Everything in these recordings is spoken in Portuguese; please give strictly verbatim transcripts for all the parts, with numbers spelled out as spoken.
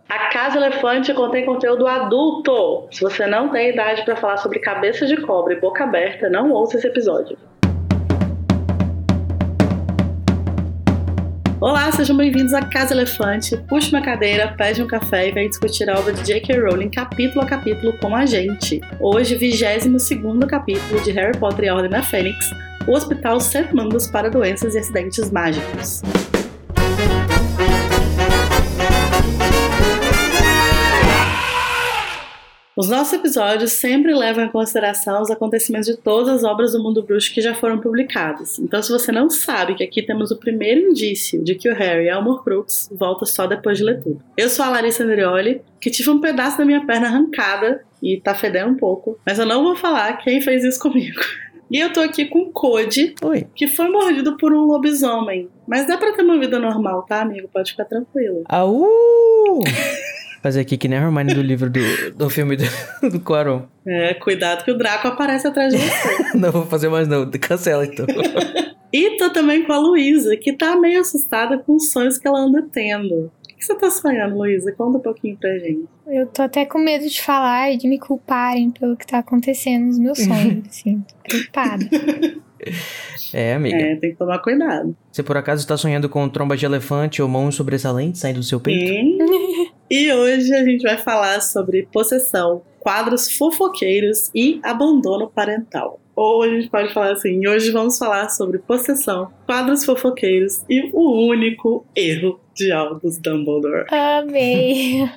A Casa Elefante contém conteúdo adulto. Se você não tem idade para falar sobre cabeça de cobra e boca aberta, não ouça esse episódio. Olá, sejam bem-vindos à Casa Elefante. Puxe uma cadeira, pede um café e vem discutir a obra de J K Rowling capítulo a capítulo com a gente. Hoje, vigésimo segundo capítulo de Harry Potter e a Ordem da Fênix, o Hospital Saint Mungus para Doenças e Acidentes Mágicos. Os nossos episódios sempre levam em consideração os acontecimentos de todas as obras do mundo bruxo que já foram publicadas. Então, se você não sabe que aqui temos o primeiro indício de que o Harry é o Horcrux, volta só depois de ler tudo. Eu sou a Larissa Nerioli, que tive um pedaço da minha perna arrancada e tá fedendo um pouco, mas eu não vou falar quem fez isso comigo. E eu tô aqui com o Code, Oi. Que foi mordido por um lobisomem. Mas dá pra ter uma vida normal, tá, amigo? Pode ficar tranquilo. Au! Fazer aqui que nem a Hermione do livro do, do filme do, do Quaron. É, cuidado que o Draco aparece atrás de você. Não vou fazer mais não, cancela então. E tô também com a Luísa, que tá meio assustada com os sonhos que ela anda tendo. O que você tá sonhando, Luísa? Conta um pouquinho pra gente. Eu tô até com medo de falar e de me culparem pelo que tá acontecendo nos meus sonhos, assim. Tô culpada. É, amiga. É, tem que tomar cuidado. Você por acaso está sonhando com tromba de elefante ou mãos sobressalentes saindo do seu peito? Sim. E hoje a gente vai falar sobre possessão, quadros fofoqueiros e abandono parental. Ou a gente pode falar assim, hoje vamos falar sobre possessão, quadros fofoqueiros e o único erro de Albus Dumbledore. Amei!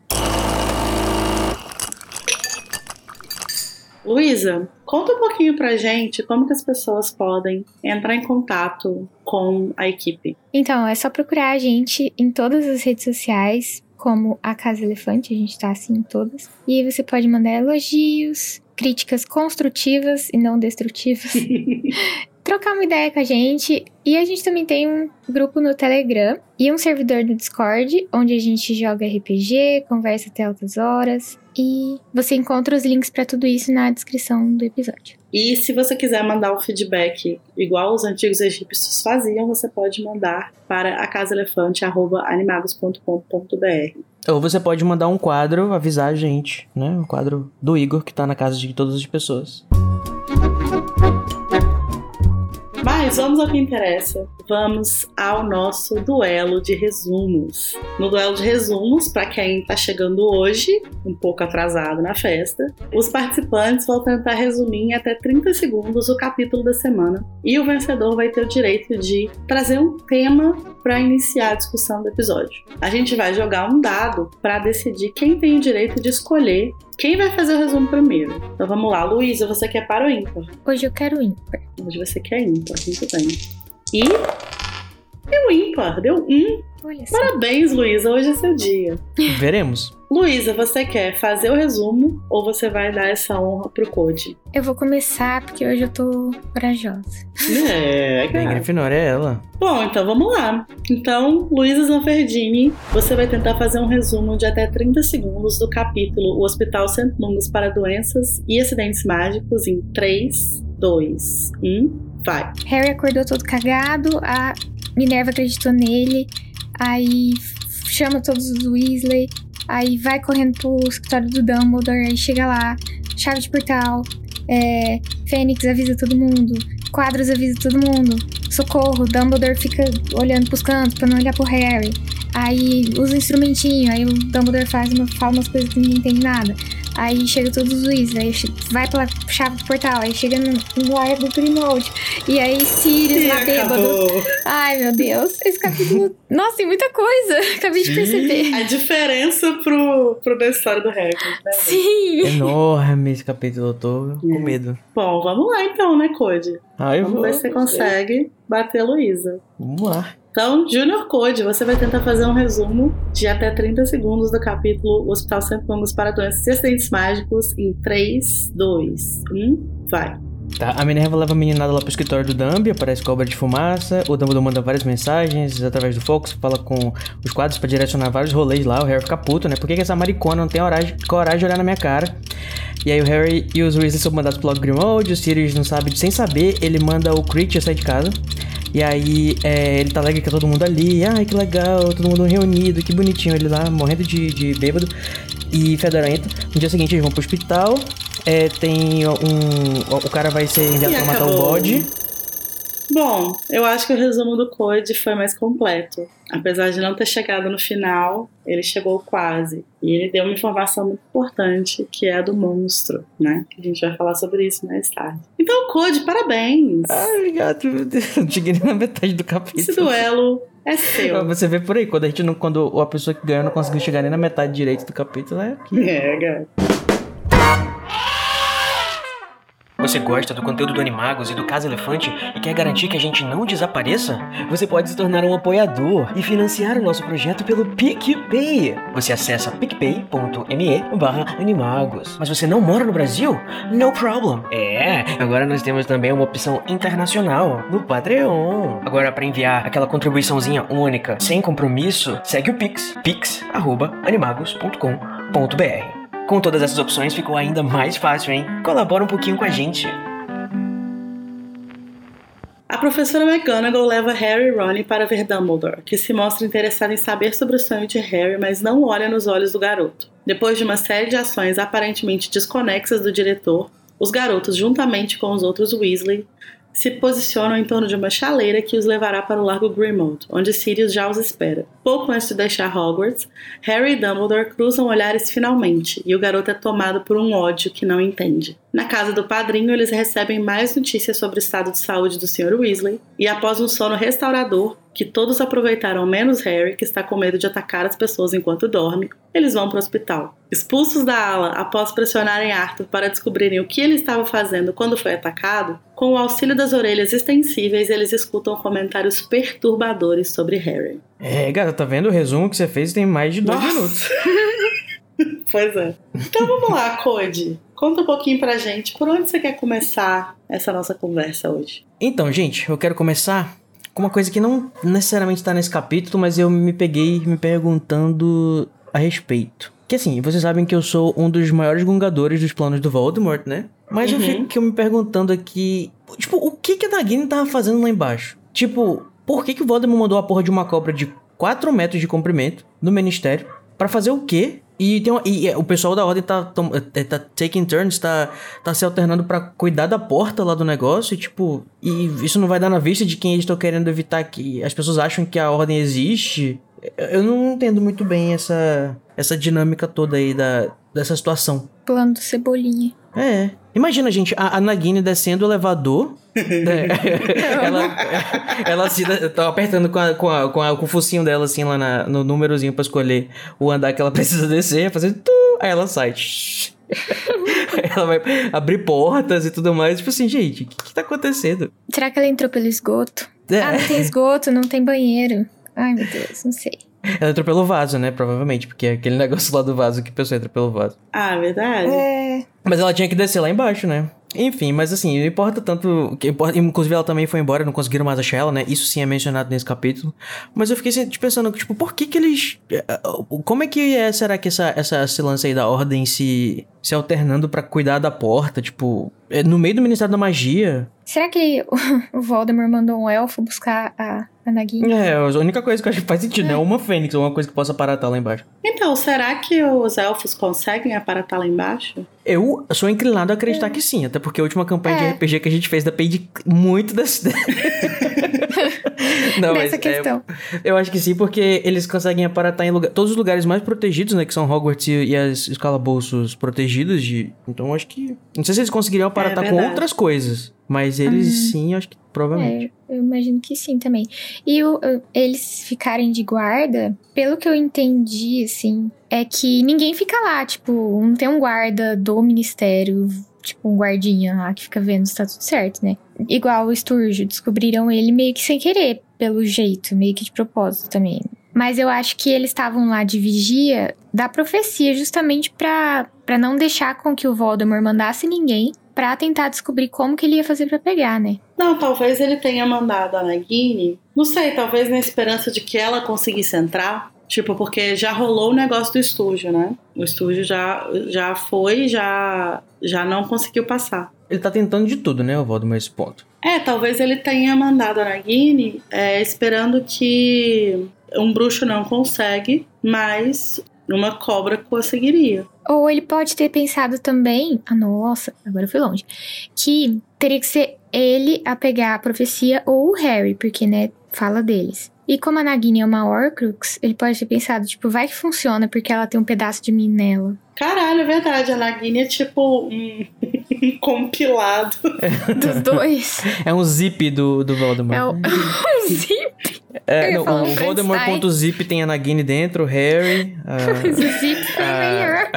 Luísa, conta um pouquinho pra gente como que as pessoas podem entrar em contato com a equipe. Então, é só procurar a gente em todas as redes sociais, como a Casa Elefante, a gente tá assim em todas. E aí você pode mandar elogios, críticas construtivas e não destrutivas. Trocar uma ideia com a gente. E a gente também tem um grupo no Telegram e um servidor no Discord, onde a gente joga R P G, conversa até altas horas. E você encontra os links pra tudo isso na descrição do episódio. E se você quiser mandar um feedback igual os antigos egípcios faziam, você pode mandar para acasaelefante arroba animagos ponto com ponto b r. Ou você pode mandar um quadro, avisar a gente, né? Um quadro do Igor, que tá na casa de todas as pessoas. Mas vamos ao que interessa. Vamos ao nosso duelo de resumos. No duelo de resumos, para quem está chegando hoje, um pouco atrasado na festa, os participantes vão tentar resumir em até trinta segundos o capítulo da semana. E o vencedor vai ter o direito de trazer um tema para iniciar a discussão do episódio. A gente vai jogar um dado para decidir quem tem o direito de escolher quem vai fazer o resumo primeiro. Então vamos lá, Luísa, você quer para o ímpar? Hoje eu quero ímpar. Hoje você quer ímpar, muito bem. E deu ímpar, deu um. Olha só. Parabéns, Luísa, hoje é seu dia. Veremos. Luísa, você quer fazer o resumo ou você vai dar essa honra pro Code? Eu vou começar porque hoje eu tô corajosa. É, Bem, cara. Grifinória é ela. Bom, então vamos lá. Então, Luísa Zanferdini, você vai tentar fazer um resumo de até trinta segundos do capítulo O Hospital Saint Mungus para Doenças e Acidentes Mágicos em três, dois, um, vai. Harry acordou todo cagado, a Minerva acreditou nele, aí chama todos os Weasley, aí vai correndo pro escritório do Dumbledore, aí chega lá, chave de portal, é, Fênix avisa todo mundo, Quadros avisa todo mundo, socorro, Dumbledore fica olhando pros cantos pra não olhar pro Harry, aí usa o instrumentinho, aí o Dumbledore faz uma, fala umas coisas que ninguém entende nada. Aí chega todos os Weasley, aí vai pela chave do portal, aí chega no, no área do Grindelwald. E aí Sirius lá bêbado. Ai, meu Deus, esse capítulo... Nossa, tem muita coisa, acabei de perceber. A diferença pro, pro da história do Harry, né? Sim. Enorme esse capítulo, eu tô com medo. Bom, vamos lá então, né, Code? Ah, eu vamos vou, ver se você consegue bater a Luísa. Vamos lá. Então, Junior Code, você vai tentar fazer um resumo de até trinta segundos do capítulo O Hospital Saint Mungus para Doenças e Acidentes Mágicos em três, dois, um, vai. Tá, a Minerva leva a meninada lá pro escritório do Dumb, aparece cobra de fumaça, o Dumbledore manda várias mensagens através do Fox, fala com os quadros pra direcionar vários rolês lá, o Harry fica puto, né? Por que, que essa maricona não tem coragem, coragem de olhar na minha cara? E aí o Harry e os Weasley são mandados pro Log Grimmauld, o Sirius não sabe, sem saber, ele manda o Critch sair de casa. E aí é, ele tá alegre que tá todo mundo ali, ai que legal, todo mundo reunido, que bonitinho, ele lá morrendo de, de bêbado e fedorento. No dia seguinte eles vão pro hospital. É, tem um... O cara vai ser enviado E pra matar acabou. o bode. Bom, eu acho que o resumo do Code foi mais completo. Apesar de não ter chegado no final, ele chegou quase. E ele deu uma informação muito importante, que é a do monstro, né? Que a gente vai falar sobre isso mais tarde. Então, Code, parabéns! Ah, obrigado, meu Deus. Não cheguei nem na metade do capítulo. Esse duelo é seu. Você vê por aí, quando a gente não... Quando a pessoa que ganhou não conseguiu chegar nem na metade direito do capítulo, é... É, cara. Você gosta do conteúdo do Animagos e do Casa Elefante e quer garantir que a gente não desapareça? Você pode se tornar um apoiador e financiar o nosso projeto pelo PicPay. Você acessa picpay.me barra Animagos. Mas você não mora no Brasil? No problem. É, agora nós temos também uma opção internacional no Patreon. Agora, para enviar aquela contribuiçãozinha única, sem compromisso, segue o Pix, pix arroba animagos ponto com ponto b r. Com todas essas opções ficou ainda mais fácil, hein? Colabora um pouquinho com a gente. A professora McGonagall leva Harry e Ron para ver Dumbledore, que se mostra interessado em saber sobre o sonho de Harry, mas não olha nos olhos do garoto. Depois de uma série de ações aparentemente desconexas do diretor, os garotos, juntamente com os outros Weasley, se posicionam em torno de uma chaleira que os levará para o Largo Grimmauld, onde Sirius já os espera. Pouco antes de deixar Hogwarts, Harry e Dumbledore cruzam olhares finalmente, e o garoto é tomado por um ódio que não entende. Na casa do padrinho, eles recebem mais notícias sobre o estado de saúde do senhor Weasley, e após um sono restaurador, que todos aproveitaram menos Harry, que está com medo de atacar as pessoas enquanto dorme, eles vão para o hospital. Expulsos da ala após pressionarem Arthur para descobrirem o que ele estava fazendo quando foi atacado, com o auxílio das orelhas extensíveis, eles escutam comentários perturbadores sobre Harry. É, gata, tá vendo? O resumo que você fez tem mais de dois Nossa. minutos. Pois é. Então vamos lá, Code. Conta um pouquinho pra gente por onde você quer começar essa nossa conversa hoje. Então, gente, eu quero começar com uma coisa que não necessariamente tá nesse capítulo, mas eu me peguei me perguntando a respeito. Que assim, vocês sabem que eu sou um dos maiores gungadores dos planos do Voldemort, né? Mas uhum. eu fico me perguntando aqui, tipo, o que que a Nagini tava fazendo lá embaixo? Tipo, por que que o Voldemort mandou a porra de uma cobra de quatro metros de comprimento no Ministério? Pra fazer o quê? E, tem uma, e o pessoal da ordem tá, tá, tá taking turns, tá, tá se alternando pra cuidar da porta lá do negócio. E tipo, e isso não vai dar na vista de quem eles estão querendo evitar que as pessoas acham que a ordem existe. Eu não entendo muito bem essa, essa dinâmica toda aí da, dessa situação. Plano do Cebolinha. É. Imagina, gente, a, a Nagini descendo o elevador. é, ela, ela se tá apertando com, a, com, a, com, a, com o focinho dela, assim, lá na, no númerozinho pra escolher o andar que ela precisa descer, fazendo tu, aí ela sai. Aí ela vai abrir portas e tudo mais. Tipo assim, gente, o que, que tá acontecendo? Será que ela entrou pelo esgoto? É. Ah, não tem esgoto, não tem banheiro. Ai, meu Deus, não sei. Ela entrou pelo vaso, né? Provavelmente, porque é aquele negócio lá do vaso que a pessoa entra pelo vaso. Ah, verdade? É. Mas ela tinha que descer lá embaixo, né? Enfim, mas assim, não importa tanto... Que importa, inclusive ela também foi embora, não conseguiram mais achar ela, né? Isso sim é mencionado nesse capítulo. Mas eu fiquei pensando, tipo, por que que eles... Como é que é, será que essa, essa, esse lance aí da ordem se, se alternando pra cuidar da porta? Tipo, no meio do Ministério da Magia... Será que o Voldemort mandou um elfo buscar a, a Nagini? É, a única coisa que eu acho que faz sentido, é. né? Uma fênix, ou uma coisa que possa aparatar lá embaixo. Então, será que os elfos conseguem aparatar lá embaixo? Eu sou inclinado a acreditar é. que sim, até porque a última campanha é. de R P G que a gente fez depende muito desse... Não, Dessa mas, questão. É, eu acho que sim, porque eles conseguem aparatar em lugar, todos os lugares mais protegidos, né? Que são Hogwarts e, e as, os calabouços protegidos. De, então, eu acho que... Não sei se eles conseguiriam aparatar é com outras coisas. Mas eles uhum. sim, acho que provavelmente. É, eu imagino que sim também. E o, eles ficarem de guarda, pelo que eu entendi, assim, é que ninguém fica lá. Tipo, não tem um guarda do ministério... Tipo, um guardinha lá que fica vendo se tá tudo certo, né? Igual o Sturge, descobriram ele meio que sem querer, pelo jeito, meio que de propósito também. Mas eu acho que eles estavam lá de vigia da profecia, justamente pra, pra não deixar com que o Voldemort mandasse ninguém pra tentar descobrir como que ele ia fazer pra pegar, né? Não, talvez ele tenha mandado a Nagini, não sei, talvez na esperança de que ela conseguisse entrar. Tipo, porque já rolou o negócio do estúdio, né? O estúdio já, já foi, já, já não conseguiu passar. Ele tá tentando de tudo, né, o Voldemort, nesse ponto. É, talvez ele tenha mandado a Nagini é, esperando que um bruxo não consegue, mas uma cobra conseguiria. Ou ele pode ter pensado também... Ah, nossa, agora eu fui longe. Que teria que ser ele a pegar a profecia ou o Harry, porque, né, fala deles. E como a Nagini é uma Horcrux, ele pode ter pensado, tipo, vai que funciona porque ela tem um pedaço de mim nela. Caralho, é verdade. A Nagini é tipo um compilado. Dos dois. É um zip do, do Voldemort. É o, um zip. É, não, o Voldemort.zip tem a Nagini dentro, o Harry... Uh, o zip foi uh, melhor.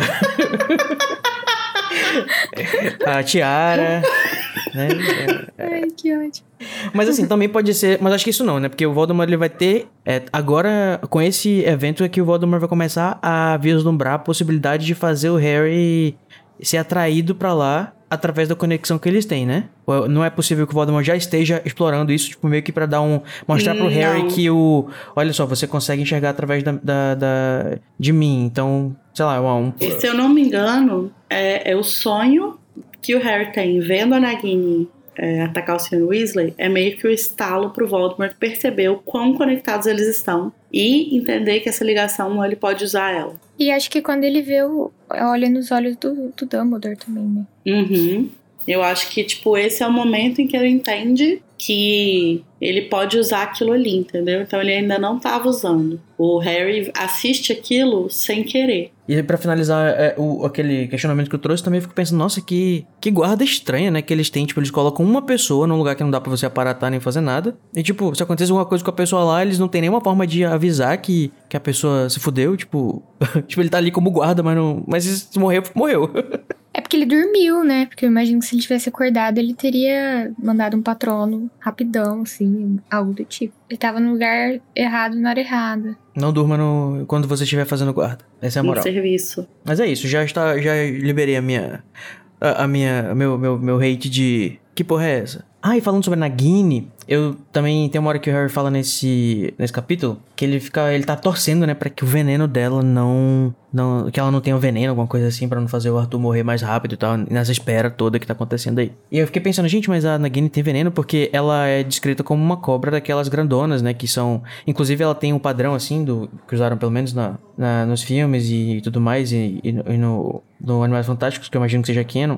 A tiara... Né? É, é. Ai, que ótimo. Mas assim, também pode ser... Mas acho que isso não, né? Porque o Voldemort, ele vai ter... É, agora, com esse evento, é que o Voldemort vai começar a vislumbrar a possibilidade de fazer o Harry ser atraído pra lá através da conexão que eles têm, né? Não é possível que o Voldemort já esteja explorando isso, tipo, meio que pra dar um... Mostrar pro não. Harry que o... Olha só, você consegue enxergar através da, da, da, de mim. Então, sei lá, um... E se eu não me engano, é, é o sonho que o Harry tem vendo a Nagini é, atacar o senhor Weasley, é meio que o estalo pro Voldemort perceber o quão conectados eles estão e entender que essa ligação ele pode usar ela. E acho que quando ele vê o... olha nos olhos do, do Dumbledore também, né? Uhum. Eu acho que, tipo, esse é o momento em que ele entende que ele pode usar aquilo ali, entendeu? Então ele ainda não estava usando. O Harry assiste aquilo sem querer. E pra finalizar é, o, aquele questionamento que eu trouxe, também fico pensando, nossa, que, que guarda estranha, né? Que eles têm, tipo, eles colocam uma pessoa num lugar que não dá pra você aparatar nem fazer nada. E, tipo, se acontecer alguma coisa com a pessoa lá, eles não tem nenhuma forma de avisar que, que a pessoa se fudeu, tipo... tipo, ele tá ali como guarda, mas não... Mas se morreu, morreu. É porque ele dormiu, né? Porque eu imagino que se ele tivesse acordado, ele teria mandado um patrono rapidão, assim, algo do tipo. Ele tava no lugar errado na hora errada. Não durma no... quando você estiver fazendo guarda. Essa é a moral. No serviço. Mas é isso, já está, já liberei a minha... A, a minha... Meu, meu, meu hate de... Que porra é essa? Ah, e falando sobre a Nagini, eu também... Tem uma hora que o Harry fala nesse, nesse capítulo que ele fica... Ele tá torcendo, né? Pra que o veneno dela não... não que ela não tenha o veneno, alguma coisa assim, pra não fazer o Arthur morrer mais rápido e tal. Nessa espera toda que tá acontecendo aí. E eu fiquei pensando, gente, mas a Nagini tem veneno porque ela é descrita como uma cobra daquelas grandonas, né? Que são... Inclusive, ela tem um padrão, assim, do que usaram pelo menos na, na, nos filmes e tudo mais. E, e, e no... no Animais Fantásticos, que eu imagino que seja canon.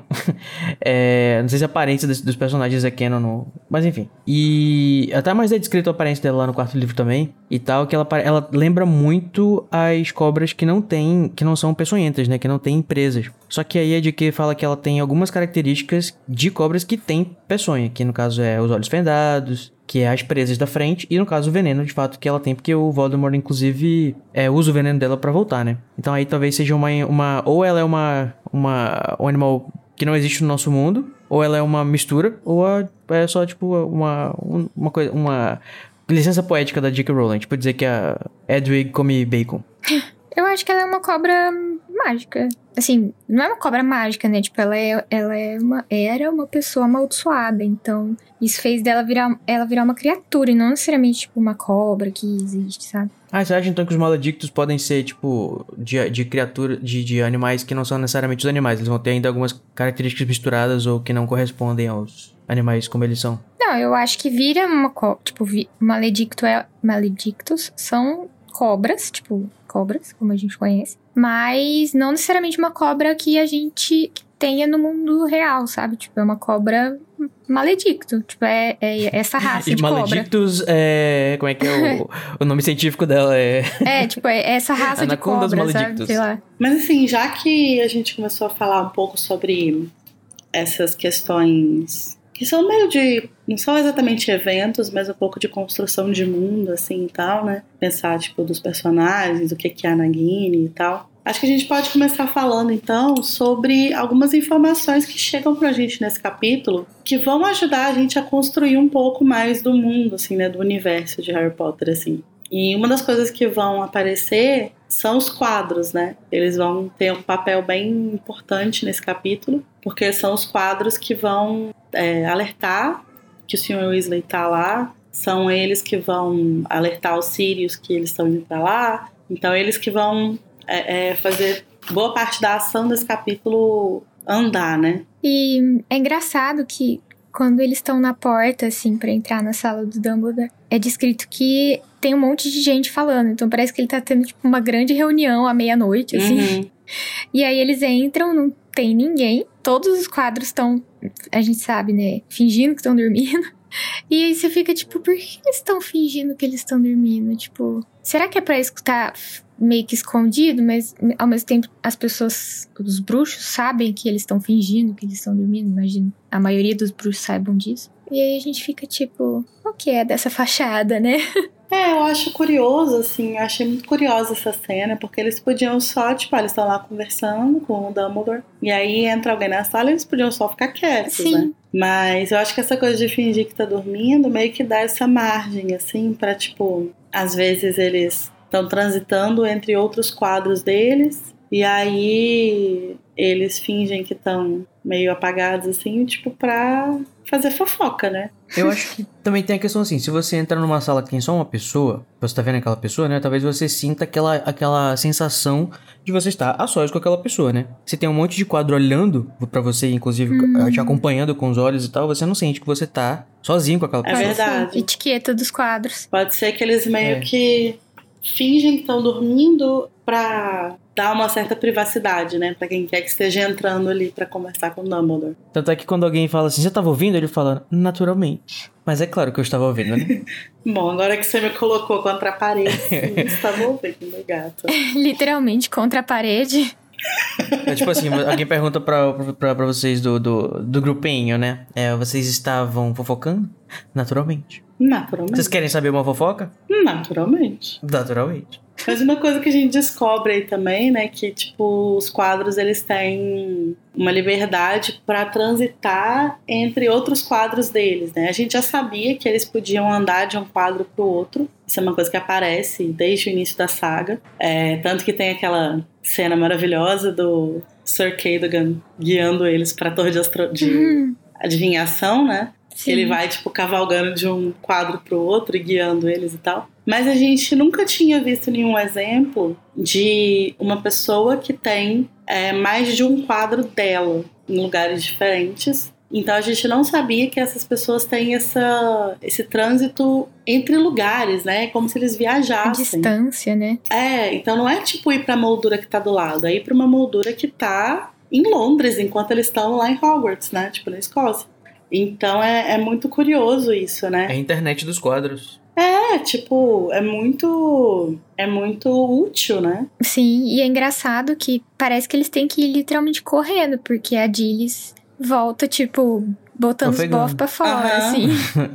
é, não sei se a aparência dos, dos personagens é canon, no, mas enfim. E até mais é descrito a aparência dela lá no quarto livro também, e tal, que ela, ela lembra muito as cobras que não tem, que não são peçonhentas, né, que não tem presas. Só que aí é de que fala que ela tem algumas características de cobras que tem peçonha, que no caso é os olhos vendados, que é as presas da frente, e no caso o veneno, de fato, que ela tem, porque o Voldemort, inclusive, é, usa o veneno dela pra voltar, né? Então aí talvez seja uma... uma ou ela é uma, uma um animal que não existe no nosso mundo, ou ela é uma mistura, ou é só, tipo, uma, uma coisa... uma licença poética da J K. Rowling, tipo, dizer que a Edwig come bacon. Eu acho que ela é uma cobra mágica. Assim, não é uma cobra mágica, né? Tipo, ela, é, ela é uma, era uma pessoa amaldiçoada. Então, isso fez dela virar, ela virar uma criatura e não necessariamente, tipo, uma cobra que existe, sabe? Ah, você acha então que os maledictos podem ser, tipo, de, de criatura, de, de animais que não são necessariamente os animais? Eles vão ter ainda algumas características misturadas ou que não correspondem aos animais como eles são? Não, eu acho que vira uma cobra. Tipo, vi, maledicto é, maledictos são cobras, tipo... cobras, como a gente conhece, mas não necessariamente uma cobra que a gente tenha no mundo real, sabe? Tipo, é uma cobra maledicto, tipo, é, é essa raça e de cobra. Maledictus é... como é que é o, o nome científico dela? É, é tipo, é essa raça de cobra, sabe? Sei lá. Mas assim, já que a gente começou a falar um pouco sobre essas questões... que são meio de... não são exatamente eventos, mas um pouco de construção de mundo, assim, e tal, né? Pensar, tipo, dos personagens, o que que é a Nagini e tal. Acho que a gente pode começar falando, então, sobre algumas informações que chegam pra gente nesse capítulo, que vão ajudar a gente a construir um pouco mais do mundo, assim, né? Do universo de Harry Potter, assim. E uma das coisas que vão aparecer são os quadros, né? Eles vão ter um papel bem importante nesse capítulo. porque são os quadros que vão é, alertar que o senhor Weasley tá lá, são eles que vão alertar os Sirius que eles estão indo pra lá, então eles que vão é, é, fazer boa parte da ação desse capítulo andar, né? E é engraçado que quando eles estão na porta, assim, pra entrar na sala do Dumbledore, é descrito que tem um monte de gente falando. Então parece que ele tá tendo, tipo, uma grande reunião à meia-noite, assim. Uhum. E aí eles entram, não tem ninguém. Todos os quadros estão, a gente sabe, né, fingindo que estão dormindo. E aí você fica, tipo, por que eles estão fingindo que eles estão dormindo? Tipo, será que é pra escutar meio que escondido, mas ao mesmo tempo as pessoas, os bruxos sabem que eles estão fingindo que eles estão dormindo? Imagino, a maioria dos bruxos saibam disso. E aí a gente fica tipo, o que é dessa fachada, né? É, eu acho curioso, assim, eu achei muito curiosa essa cena, porque eles podiam só, tipo, eles estão lá conversando com o Dumbledore, e aí entra alguém na sala e eles podiam só ficar quietos, Sim. né? Mas eu acho que essa coisa de fingir que tá dormindo meio que dá essa margem, assim, pra, tipo, às vezes eles estão transitando entre outros quadros deles, e aí eles fingem que estão meio apagados, assim, tipo, pra fazer fofoca, né? Eu acho que também tem a questão assim, se você entra numa sala que tem só uma pessoa, você tá vendo aquela pessoa, né? Talvez você sinta aquela, aquela sensação de você estar a sós com aquela pessoa, né? Se tem um monte de quadro olhando pra você, inclusive hum. te acompanhando com os olhos e tal, você não sente que você tá sozinho com aquela pessoa. É verdade. Etiqueta dos quadros. Pode ser que eles meio é. que fingem que estão dormindo pra dar uma certa privacidade, né? Pra quem quer que esteja entrando ali pra conversar com o Dumbledore. Tanto é que quando alguém fala assim, você tava ouvindo? Ele fala, naturalmente. Mas é claro que eu estava ouvindo, né? Bom, agora que você me colocou contra a parede, sim, eu estava ouvindo, meu gato. Literalmente contra a parede. É tipo assim, alguém pergunta pra, pra, pra vocês do, do, do grupinho, né? É, vocês estavam fofocando? Naturalmente. Naturalmente. Vocês querem saber uma fofoca? Naturalmente. Naturalmente. Mas uma coisa que a gente descobre aí também, né, que tipo, os quadros eles têm uma liberdade para transitar entre outros quadros deles, né? A gente já sabia que eles podiam andar de um quadro pro outro. Isso é uma coisa que aparece desde o início da saga. É, tanto que tem aquela cena maravilhosa do Sir Cadogan guiando eles pra torre de, astro... de uhum. adivinhação, né? Sim. Ele vai, tipo, cavalgando de um quadro pro outro e guiando eles e tal. Mas a gente nunca tinha visto nenhum exemplo de uma pessoa que tem é, mais de um quadro dela em lugares diferentes. Então a gente não sabia que essas pessoas têm essa, esse trânsito entre lugares, né? Como se eles viajassem. A distância, né? É, então não é tipo ir pra moldura que tá do lado, é ir pra uma moldura que tá em Londres, enquanto eles estão lá em Hogwarts, né? Tipo, na Escócia. Então é, é muito curioso isso, né? É a internet dos quadros. É, tipo, é muito é muito útil, né? Sim, e é engraçado que parece que eles têm que ir literalmente correndo, porque a Gillis volta, tipo, botando os bofs pra fora, uhum. assim.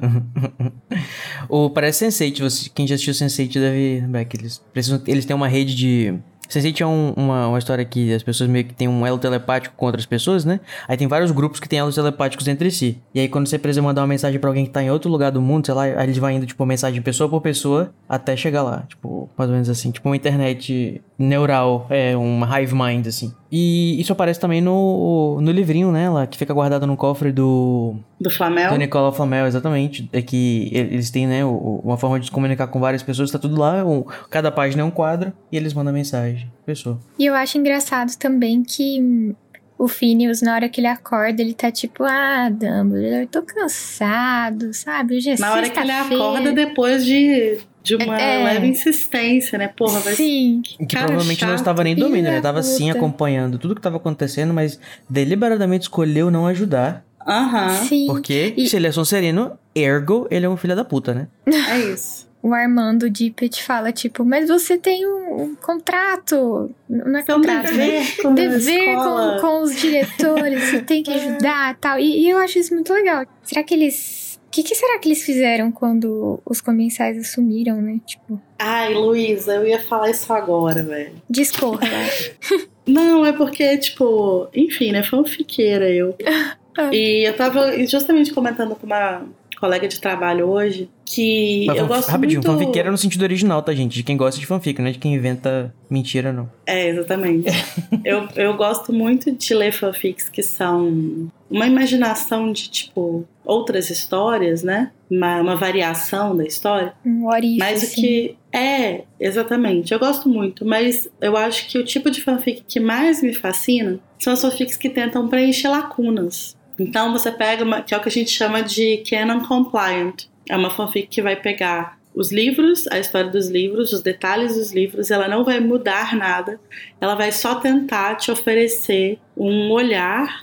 O, parece sense eight, você, quem já assistiu sense eight deve lembrar que eles, precisam, eles têm uma rede de... sense eight é um, uma, uma história que as pessoas meio que têm um elo telepático com outras pessoas, né? Aí tem vários grupos que têm elos telepáticos entre si. E aí quando você precisa mandar uma mensagem pra alguém que tá em outro lugar do mundo, sei lá, aí eles vão indo, tipo, mensagem pessoa por pessoa até chegar lá. Tipo, mais ou menos assim. Tipo uma internet neural, é, uma hive mind, assim. E isso aparece também no, no livrinho, né? Lá, que fica guardado no cofre do... Do Flamel? Do Nicolau Flamel, exatamente. É que eles têm, né, uma forma de se comunicar com várias pessoas, tá tudo lá, um, cada página é um quadro, e eles mandam mensagem. Pessoa. E eu acho engraçado também que o Phineas, na hora que ele acorda, ele tá tipo, ah, Dumbledore, eu tô cansado, sabe? Hoje é na hora que ele acorda depois de... de uma é, leve insistência, né? Porra, vai Sim. Que provavelmente chato. Não estava nem dormindo, ele estava sim acompanhando tudo que estava acontecendo, mas deliberadamente escolheu não ajudar. Aham. Sim. Porque e... se ele é Sonserino, ergo, ele é um filho da puta, né? É isso. O Armando Dippet fala, tipo, mas você tem um, um contrato, não é então contrato, dever, né? com, dever com, com os diretores, você tem que ajudar e tal. E, e eu acho isso muito legal. Será que eles... O que, que será que eles fizeram quando os comensais assumiram, né? Tipo... Ai, Luísa, eu ia falar isso agora, velho. Discorra. Não, é porque, tipo... Enfim, né? Fanfiqueira eu. E eu tava justamente comentando com uma, colega de trabalho hoje que Mas, eu fanf- gosto rapidinho, muito... fanfiqueira no sentido original, tá, gente? De quem gosta de fanfic, não é de quem inventa mentira, não. É, exatamente. eu, eu gosto muito de ler fanfics que são uma imaginação de, tipo, outras histórias, né? Uma, uma variação da história. Um what if, Mas assim. o que... É, exatamente. Eu gosto muito, mas eu acho que o tipo de fanfic que mais me fascina são as fanfics que tentam preencher lacunas. Então você pega uma, que é o que a gente chama de canon compliant. É uma fanfic que vai pegar os livros, a história dos livros, os detalhes dos livros, ela não vai mudar nada, ela vai só tentar te oferecer um olhar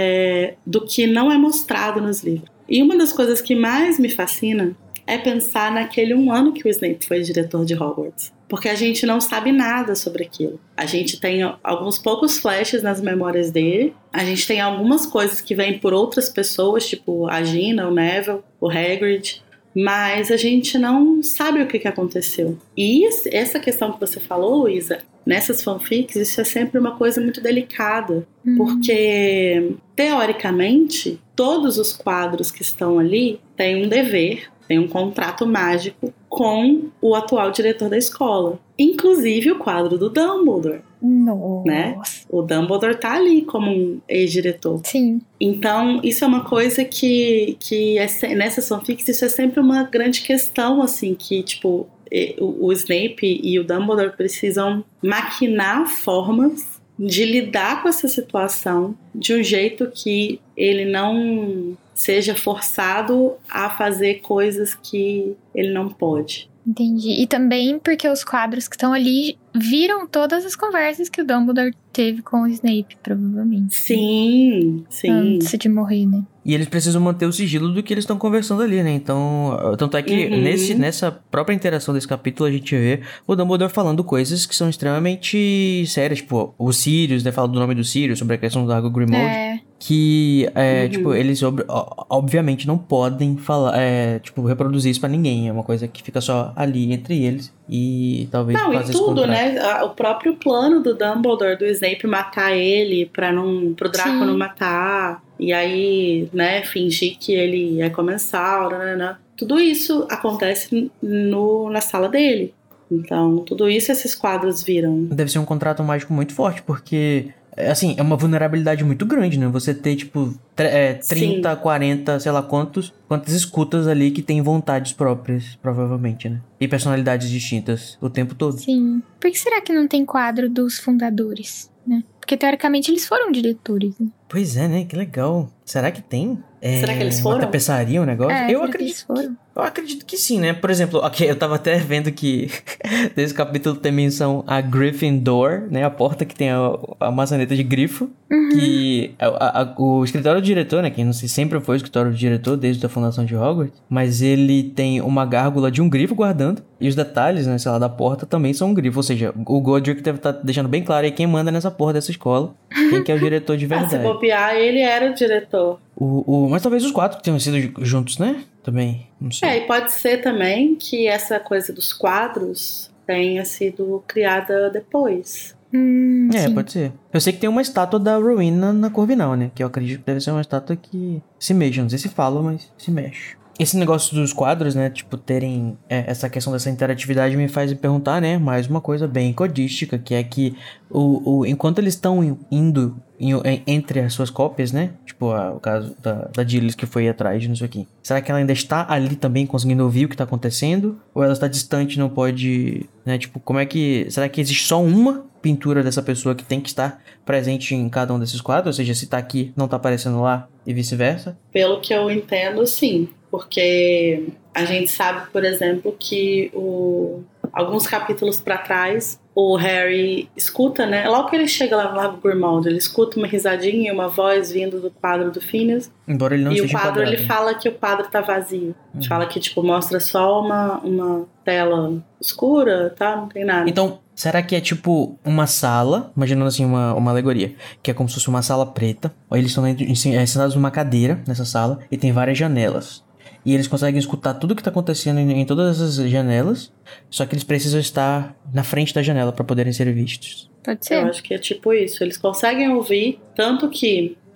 é, do que não é mostrado nos livros. E uma das coisas que mais me fascina é pensar naquele um ano que o Snape foi diretor de Hogwarts. Porque a gente não sabe nada sobre aquilo. A gente tem alguns poucos flashes nas memórias dele. A gente tem algumas coisas que vêm por outras pessoas, tipo a Gina, o Neville, o Hagrid. Mas a gente não sabe o que, que aconteceu. E essa questão que você falou, Luísa, nessas fanfics, isso é sempre uma coisa muito delicada. Uhum. Porque, teoricamente, todos os quadros que estão ali têm um dever, tem um contrato mágico com o atual diretor da escola. Inclusive o quadro do Dumbledore. Nossa. Né? O Dumbledore tá ali como um ex-diretor. Sim. Então, isso é uma coisa que, que é, nessas fanfics, isso é sempre uma grande questão, assim, que, tipo, o, o Snape e o Dumbledore precisam maquinar formas de lidar com essa situação de um jeito que ele não seja forçado a fazer coisas que ele não pode. Entendi. E também porque os quadros que estão ali viram todas as conversas que o Dumbledore teve com o Snape, provavelmente. Sim, sim. Antes de morrer, né? E eles precisam manter o sigilo do que eles estão conversando ali, né? Então, tanto é que Uhum. nesse, nessa própria interação desse capítulo a gente vê o Dumbledore falando coisas que são extremamente sérias. Tipo, o Sirius, né? Fala do nome do Sirius, sobre a questão do Argo Grimald. É. Que, é, Uhum. tipo, eles ob- ó, obviamente não podem falar, é, tipo, reproduzir isso pra ninguém. É uma coisa que fica só ali entre eles. E talvez Não, e fazer esse tudo, contrato. né? O próprio plano do Dumbledore, do Snape matar ele pra não, pro Draco Sim. não matar. E aí, né, fingir que ele é comensal, nanana. Tudo isso acontece no, na sala dele. Então, tudo isso esses quadros viram. Deve ser um contrato mágico muito forte, porque, é, assim, é uma vulnerabilidade muito grande, né? Você ter, tipo, tre- é, trinta, Sim. quarenta, sei lá quantos, quantas escutas ali que têm vontades próprias, provavelmente, né? E personalidades distintas o tempo todo. Sim. Por que será que não tem quadro dos fundadores, né? Porque, teoricamente, eles foram diretores, né? Pois é, né? Que legal. Será que tem? É, Será que eles uma foram? tapeçaria, um negócio? É, eu será que acredito eles foram? Eu acredito que sim, né? Por exemplo, aqui eu tava até vendo que nesse capítulo tem menção a Gryffindor, né? A porta que tem a, a maçaneta de grifo. Uhum. Que a- a- a- o escritório do diretor, né? Que não sei, sempre foi o escritório do diretor desde a fundação de Hogwarts. Mas ele tem uma gárgula de um grifo guardando. E os detalhes, né? Sei lá, da porta também são um grifo. Ou seja, o Godric deve estar deixando bem claro aí quem manda nessa porra dessa escola. Quem que é o diretor de Ah, se verdade. bobear, ele era o diretor. O, o, mas talvez os quatro tenham sido juntos, né? Também, não sei. É, e pode ser também que essa coisa dos quadros tenha sido criada depois. Hum, É, sim. pode ser. Eu sei que tem uma estátua da Rowena na Corvinal, né? Que eu acredito que deve ser uma estátua que se mexe. Não sei se fala, mas se mexe. Esse negócio dos quadros, né? Tipo, terem é, essa questão dessa interatividade me faz me perguntar, né? Mais uma coisa bem codística, que é que o, o, enquanto eles estão indo em- em- entre as suas cópias, né? Tipo, a- o caso da, da Gilles que foi atrás de não sei o quê. Será que ela ainda está ali também conseguindo ouvir o que tá acontecendo? Ou ela está distante e não pode, né? Tipo, como é que... Será que existe só uma pintura dessa pessoa que tem que estar presente em cada um desses quadros? Ou seja, se tá aqui, não tá aparecendo lá e vice-versa? Pelo que eu entendo, sim. Porque a gente sabe, por exemplo, que o, alguns capítulos pra trás, o Harry escuta, né? Logo que ele chega lá no Lago Grimald, ele escuta uma risadinha e uma voz vindo do quadro do Phineas. Embora ele não E o esteja quadro, enquadrado, ele né? fala que o quadro tá vazio. Uhum. Fala que, tipo, mostra só uma, uma tela escura, tá? Não tem nada. Então, será que é tipo uma sala, imaginando assim uma, uma alegoria, que é como se fosse uma sala preta, ou eles estão dentro- em- é, sentados numa cadeira nessa sala e tem várias janelas. E eles conseguem escutar tudo que tá acontecendo em, em todas essas janelas, só que eles precisam estar na frente da janela para poderem ser vistos. Pode Eu ser. acho que é tipo isso. Eles conseguem ouvir, tanto que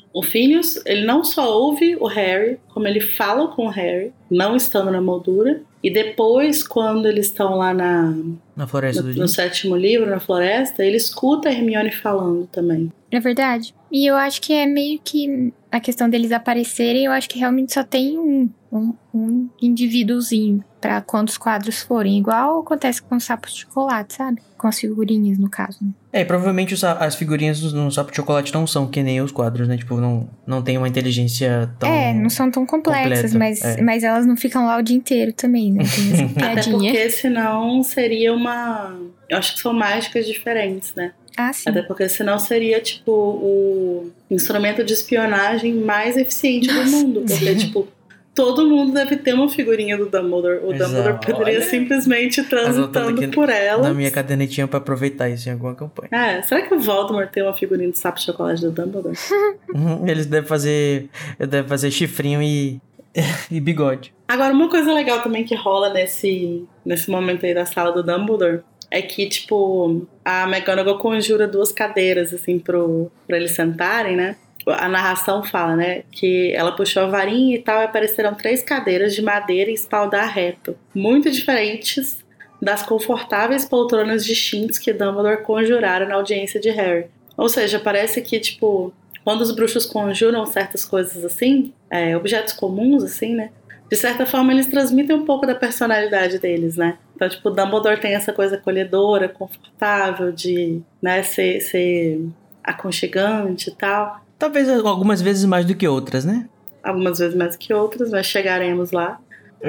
O Phineas, ele não só ouve o Harry, como ele fala com o Harry, não estando na moldura. E depois, quando eles estão lá na, na floresta no, do no sétimo livro, na floresta, ele escuta a Hermione falando também. É verdade. E eu acho que é meio que a questão deles aparecerem, eu acho que realmente só tem um, um, um indivíduozinho pra quantos quadros forem. Igual acontece com os sapos de chocolate, sabe? Com as figurinhas, no caso. Né? É, e provavelmente os, as figurinhas no, no sapo de chocolate não são que nem os quadros, né? Tipo, não, não tem uma inteligência tão... É, não são tão complexas, completa, mas, é. mas elas não ficam lá o dia inteiro também, né? Tem essa Até piadinha. porque senão seria uma... Eu acho que são mágicas diferentes, né? Ah, sim. Até porque senão seria, tipo, o instrumento de espionagem mais eficiente do mundo. Porque, tipo, todo mundo deve ter uma figurinha do Dumbledore. O Exato. Dumbledore poderia Olha, simplesmente transitando aqui por ela. na minha cadernetinha pra aproveitar isso em alguma campanha. É, será que o Voldemort tem uma figurinha de sapo de chocolate do Dumbledore? Uhum, eles devem fazer, eles devem fazer chifrinho e, e bigode. Agora, uma coisa legal também que rola nesse, nesse momento aí da sala do Dumbledore é que, tipo, a McGonagall conjura duas cadeiras, assim, pro, pra eles sentarem, né? A narração fala, né, que ela puxou a varinha e tal, e apareceram três cadeiras de madeira e espaldar reto, muito diferentes das confortáveis poltronas distintas que Dumbledore conjurara na audiência de Harry. Ou seja, parece que, tipo, quando os bruxos conjuram certas coisas assim, é, objetos comuns, assim, né, de certa forma eles transmitem um pouco da personalidade deles, né? Então, tipo, o Dumbledore tem essa coisa acolhedora, confortável, de, né, ser, ser aconchegante e tal. Talvez algumas vezes mais do que outras, né? Algumas vezes mais que outras, mas chegaremos lá.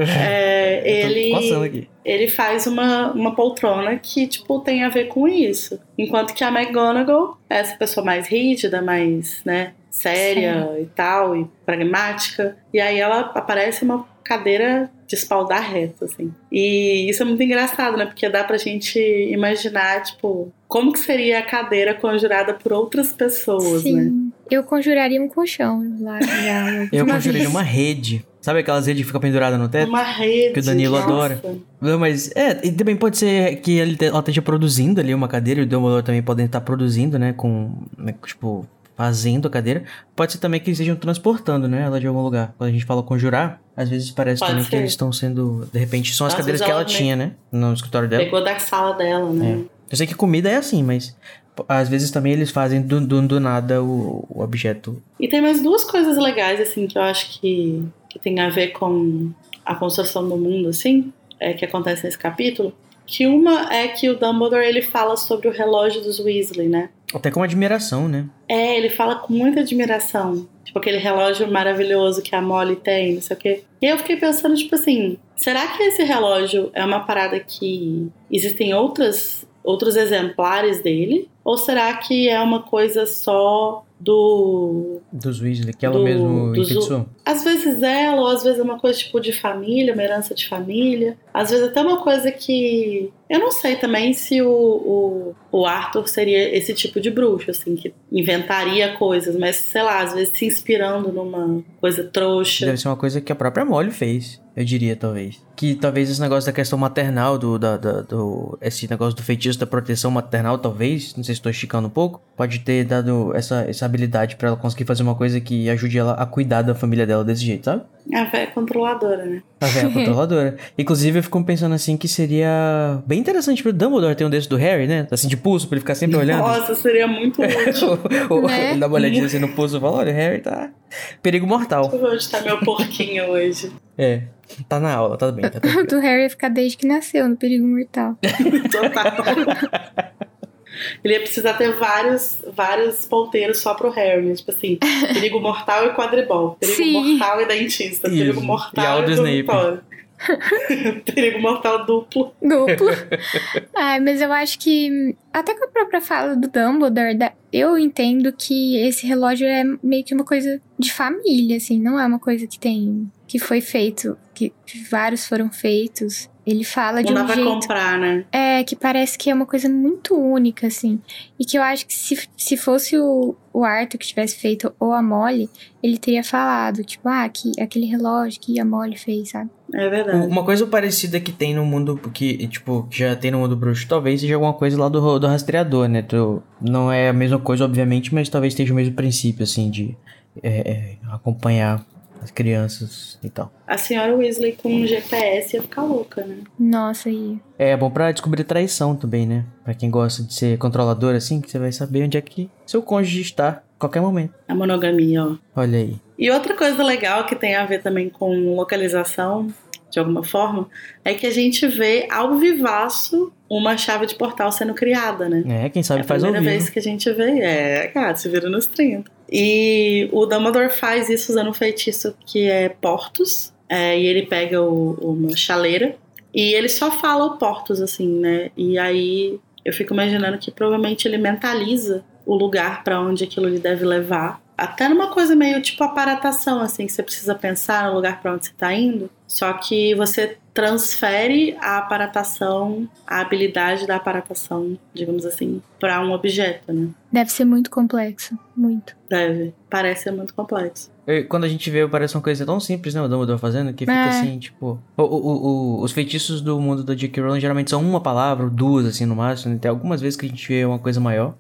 É, ele, aqui. ele faz uma, uma poltrona que, tipo, tem a ver com isso. Enquanto que a McGonagall é essa pessoa mais rígida, mais, né, séria Sim. e tal, e pragmática. E aí ela aparece uma cadeira de espaldar reto, assim. E isso é muito engraçado, né? Porque dá pra gente imaginar, tipo, como que seria a cadeira conjurada por outras pessoas, Sim. né? Eu conjuraria um colchão lá. Já, eu uma conjuraria vez. uma rede. Sabe aquelas redes que ficam penduradas no teto? Uma rede. Que o Danilo nossa. adora. Não, mas, é, e também pode ser que ele te, ela esteja produzindo ali uma cadeira, e o Dumbledore também pode estar produzindo, né, com, né, tipo, fazendo a cadeira. Pode ser também que eles estejam transportando, né, ela de algum lugar. Quando a gente fala conjurar, às vezes parece pode também ser. que eles estão sendo, de repente, são as Às cadeiras vezes que ela ela tinha, né, no escritório dela. Pegou da sala dela, né? É. Eu sei que comida é assim, mas às vezes também eles fazem do, do, do nada o, o objeto. E tem mais duas coisas legais, assim, que eu acho que, que tem a ver com a construção do mundo, assim, é, que acontece nesse capítulo. Que uma é que o Dumbledore, ele fala sobre o relógio dos Weasley, né? Até com admiração, né? É, ele fala com muita admiração. Tipo, aquele relógio maravilhoso que a Molly tem, não sei o quê. E eu fiquei pensando, tipo assim, será que esse relógio é uma parada que existem outras, outros exemplares dele? Ou será que é uma coisa só do... Dos Weasley, que ela do, mesmo dos, enfeitiçou? Às vezes ela, ou às vezes é uma coisa tipo de família, uma herança de família. Às vezes até uma coisa que... Eu não sei também se o, o, o Arthur seria esse tipo de bruxo, assim, que inventaria coisas, mas sei lá, às vezes se inspirando numa coisa trouxa. Deve ser uma coisa que a própria Molly fez, eu diria, talvez. Que talvez esse negócio da questão maternal, do, da, da, do, esse negócio do feitiço da proteção maternal, talvez, não sei se estou esticando um pouco, pode ter dado essa, essa habilidade pra ela conseguir fazer uma coisa que ajude ela a cuidar da família dela desse jeito, sabe? A véia controladora, né? A véia controladora. Inclusive, eu fico pensando assim que seria bem interessante pro Dumbledore ter um desse do Harry, né? Assim, de pulso, pra ele ficar sempre olhando. Nossa, seria muito útil. o, o, Né? Ele dá uma olhadinha assim no pulso e fala, olha, o Harry tá... Perigo mortal. Deixa eu ver onde tá meu porquinho hoje. É, tá na aula, tá bem, tá O tranquilo. do Harry ia ficar desde que nasceu, no perigo mortal. Total. Ele ia precisar ter vários, vários ponteiros só pro Harry, né? Tipo assim, perigo mortal e quadribol. Perigo Sim. mortal e dentista. Isso. Perigo E mortal Aldo e Snape. dormitório. Perigo mortal duplo. Duplo. Ai, mas eu acho que, até com a própria fala do Dumbledore, da- eu entendo que esse relógio é meio que uma coisa de família, assim. Não é uma coisa que tem... Que foi feito, que vários foram feitos. Ele fala de Não um dá pra jeito... comprar, né? É, que parece que é uma coisa muito única, assim. E que eu acho que se, se fosse o, o Arthur que tivesse feito ou a Molly, ele teria falado, tipo, ah, que, aquele relógio que a Molly fez, sabe? É verdade. Uma coisa parecida que tem no mundo, que, tipo, que já tem no mundo bruxo, talvez seja alguma coisa lá do, do rastreador, né? Tu, não é a mesma coisa, obviamente, mas talvez esteja o mesmo princípio, assim, de... é, é, acompanhar as crianças e tal. A senhora Weasley com um G P S ia ficar louca, né? Nossa, e... É bom pra descobrir traição também, né? Pra quem gosta de ser controlador assim, que você vai saber onde é que seu cônjuge está a qualquer momento. A monogamia, ó. Olha aí. E outra coisa legal que tem a ver também com localização, de alguma forma, é que a gente vê ao vivaço uma chave de portal sendo criada, né? É, quem sabe é faz ao vivo. A primeira vez que a gente vê, é, cara, se vira nos trinta. E o Dumbledore faz isso usando um feitiço que é Portus, é, e ele pega o, uma chaleira, e ele só fala o Portus, assim, né? E aí eu fico imaginando que provavelmente ele mentaliza o lugar pra onde aquilo lhe deve levar. Até numa coisa meio tipo aparatação, assim, que você precisa pensar no lugar pra onde você tá indo, só que você transfere a aparatação, a habilidade da aparatação, digamos assim, pra um objeto, né? Deve ser muito complexo, muito. Deve, parece ser muito complexo. Quando a gente vê, parece uma coisa tão simples, né? O Dumbledore fazendo, que fica é. assim, tipo... O, o, o, os feitiços do mundo da J K. Rowling geralmente são uma palavra, ou duas, assim, no máximo. Tem algumas vezes que a gente vê uma coisa maior.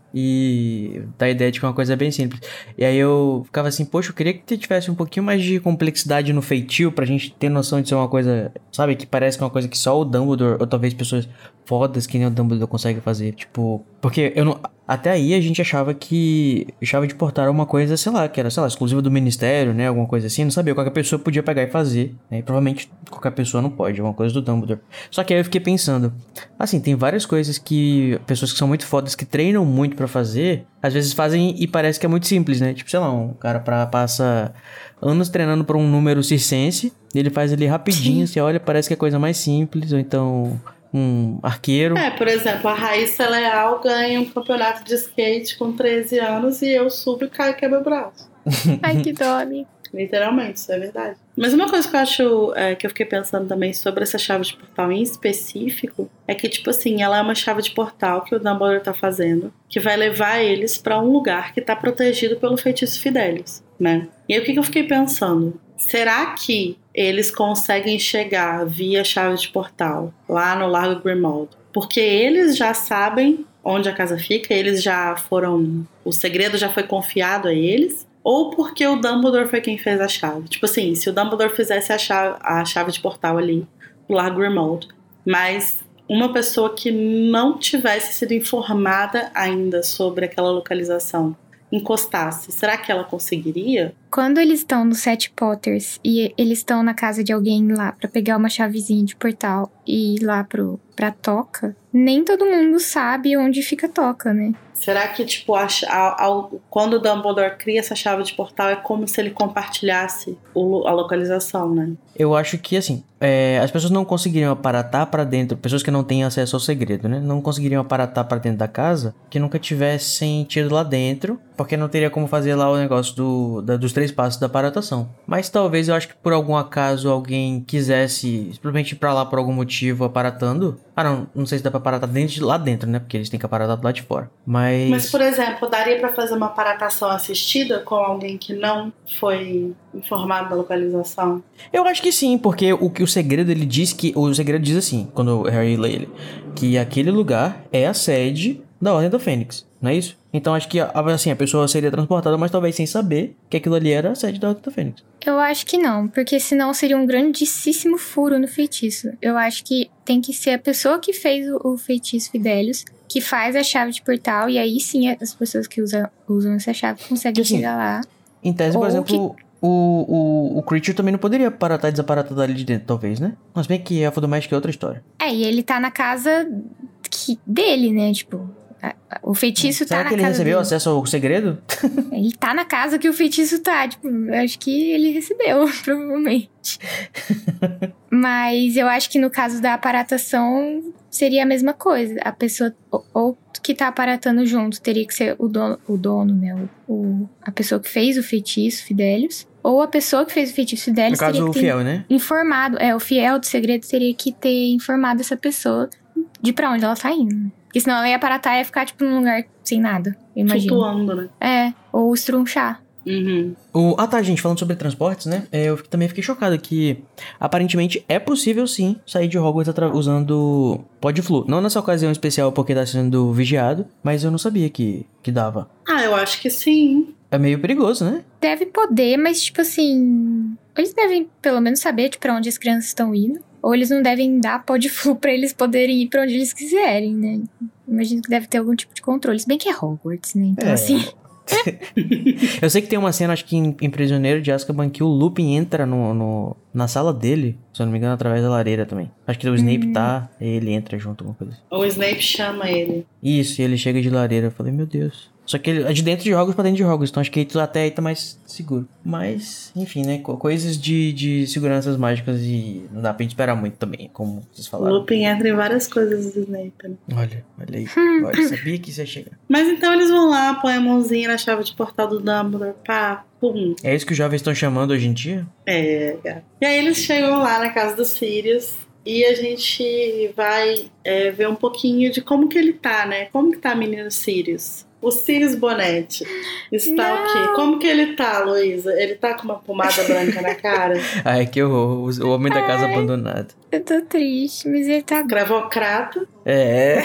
E dá a ideia de que é uma coisa bem simples. E aí eu ficava assim, poxa, eu queria que tivesse um pouquinho mais de complexidade no feitio, pra gente ter noção de ser uma coisa, sabe? Que parece que é uma coisa que só o Dumbledore, ou talvez pessoas fodas que nem o Dumbledore consegue fazer. Tipo... Porque eu não... Até aí a gente achava que chave de portal era uma coisa, sei lá, que era, sei lá, exclusiva do ministério, né? Alguma coisa assim, não sabia. Qualquer pessoa podia pegar e fazer, né? E provavelmente qualquer pessoa não pode, é uma coisa do Dumbledore. Só que aí eu fiquei pensando, assim, tem várias coisas que pessoas que são muito fodas, que treinam muito pra fazer, às vezes fazem e parece que é muito simples, né? Tipo, sei lá, um cara pra, passa anos treinando pra um número circense, e ele faz ali rapidinho, você olha, parece que é a coisa mais simples, ou então... um arqueiro. É, por exemplo, a Raíssa Leal ganha um campeonato de skate com treze anos e eu subo e caio e quebro o braço. Ai, que dó, amigo. Literalmente, isso é verdade. Mas uma coisa que eu acho, é, que eu fiquei pensando também sobre essa chave de portal em específico, é que, tipo assim, ela é uma chave de portal que o Dumbledore tá fazendo, que vai levar eles pra um lugar que tá protegido pelo feitiço Fidelius, né? E aí o que, que eu fiquei pensando? Será que eles conseguem chegar via chave de portal lá no Largo Grimmauld? Porque eles já sabem onde a casa fica, eles já foram... O segredo já foi confiado a eles? Ou porque o Dumbledore foi quem fez a chave? Tipo assim, se o Dumbledore fizesse a chave, a chave de portal ali no Largo Grimmauld, mas uma pessoa que não tivesse sido informada ainda sobre aquela localização encostasse, será que ela conseguiria? Quando eles estão nos Sete Potters e eles estão na casa de alguém lá pra pegar uma chavezinha de portal e ir lá pro, pra Toca, nem todo mundo sabe onde fica a Toca, né? Será que, tipo, a, a, a, quando o Dumbledore cria essa chave de portal, é como se ele compartilhasse o, a localização, né? Eu acho que, assim, é, as pessoas não conseguiriam aparatar pra dentro, pessoas que não têm acesso ao segredo, né? Não conseguiriam aparatar pra dentro da casa que nunca tivessem tido lá dentro, porque não teria como fazer lá o negócio do, da, dos três passos da aparatação. Mas talvez eu acho que por algum acaso alguém quisesse simplesmente ir pra lá por algum motivo aparatando. Ah, não, não sei se dá pra aparatar dentro de, lá dentro, né? Porque eles têm que aparatar do lado de fora. Mas... Mas, por exemplo, daria pra fazer uma aparatação assistida com alguém que não foi informado da localização? Eu acho que sim, porque o que o segredo ele diz que... O segredo diz assim, quando o Harry lê ele, que aquele lugar é a sede da Ordem da Fênix, não é isso? Então acho que assim, a pessoa seria transportada, mas talvez sem saber que aquilo ali era a sede da Ordem da Fênix. Eu acho que não, porque senão seria um grandíssimo furo no feitiço. Eu acho que tem que ser a pessoa que fez o, o feitiço Fidelius, que faz a chave de portal, e aí sim as pessoas que usam, usam essa chave conseguem assim, chegar lá. Em tese, por Ou exemplo... Que... O, o, o Creature também não poderia aparatar e desaparatar dali de dentro, talvez, né? Mas bem que a Fodomágica é outra história. É, e ele tá na casa que, dele, né? Tipo, a, a, o feitiço Será tá na que ele casa recebeu dele. acesso ao segredo? Ele tá na casa que o feitiço tá. Tipo, eu acho que ele recebeu, provavelmente. Mas eu acho que no caso da aparatação seria a mesma coisa. A pessoa... Ou, ou que tá aparatando junto teria que ser o dono, o dono né? O, o, a pessoa que fez o feitiço, Fidelius. Ou a pessoa que fez o feitiço Fidelius no caso, teria que o ter fiel, né? informado. É, o fiel do segredo teria que ter informado essa pessoa de pra onde ela tá indo. Porque senão ela ia aparatar e ia ficar, tipo, num lugar sem nada, imagina. Flutuando, né? É, ou estrunchar. Uhum. O, ah tá, gente, falando sobre transportes, né? Eu também fiquei chocado que aparentemente é possível sim sair de Hogwarts atra- usando Podflu. Não nessa ocasião especial porque tá sendo vigiado, mas eu não sabia que, que dava. Ah, eu acho que sim. é meio perigoso, né? Deve poder, mas tipo assim... Eles devem pelo menos saber de pra onde as crianças estão indo. Ou eles não devem dar pó-de-flu pra eles poderem ir pra onde eles quiserem, né? Imagino que deve ter algum tipo de controle. Se bem que é Hogwarts, né? Então É. assim... Eu sei que tem uma cena, acho que em, em Prisioneiro de Azkaban, que o Lupin entra no, no, na sala dele, se eu não me engano, através da lareira também. Acho que o Snape Hum. tá, e ele entra junto, alguma coisa assim. O Snape chama ele. Isso, e ele chega de lareira. Eu falei, meu Deus. Só que ele é de dentro de Hogwarts pra dentro de Hogwarts, então acho que aí, até aí tá mais seguro. Mas, enfim, né, co- coisas de, de seguranças mágicas e não dá pra gente esperar muito também, como vocês O falaram. Lupin entra em várias coisas do Snape, né? Olha, olha aí. Olha, sabia que isso ia chegar. Mas então eles vão lá, põem a mãozinha na chave de portal do Dumbledore, pá, pum. É isso que os jovens estão chamando hoje em dia? É, é. E aí eles chegam lá na casa do Sirius e a gente vai é, ver um pouquinho de como que ele tá, né? Como que tá o menino Sirius? O Sirius Bonetti está Não. o quê? Como que ele tá, Luísa? Ele tá com uma pomada branca na cara? Ai, que horror. O o homem da casa abandonado. Eu tô triste, mas ele tá Gravocrata. É.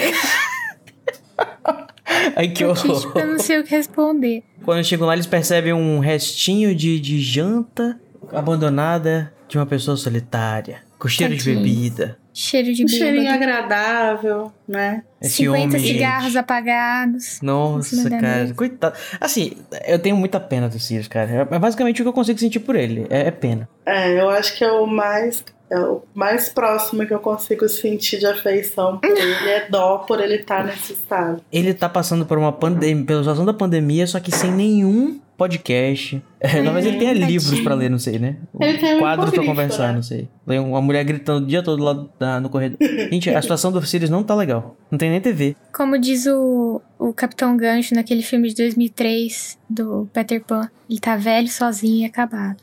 Ai, que triste horror. porque eu não sei o que responder. Quando chegam lá, eles percebem um restinho de, de janta abandonada de uma pessoa solitária, com cheiro de Tadinho. bebida. Cheiro de Um cheirinho bêbado. agradável, né? Esse cinquenta homem, cigarros gente. apagados. Em Nossa, cima da cara, mesa. coitado. Assim, eu tenho muita pena do Sirius, cara. É basicamente o que eu consigo sentir por ele. É, é pena. É, eu acho que é o mais, é o mais próximo que eu consigo sentir de afeição por ele. É dó por ele estar nesse estado. Ele tá passando por uma pandemia, pela situação da pandemia, só que sem nenhum podcast. É, talvez ele tenha tadinho. livros pra ler, não sei, né? Ele tem um Quadros pra hipogrifo, conversar, né? não sei. Tem uma mulher gritando o dia todo lá na- no corredor. Gente, a situação do Sirius não tá legal. Não tem nem T V. Como diz o, o Capitão Gancho naquele filme de dois mil e três do Peter Pan. Ele tá velho, sozinho e acabado.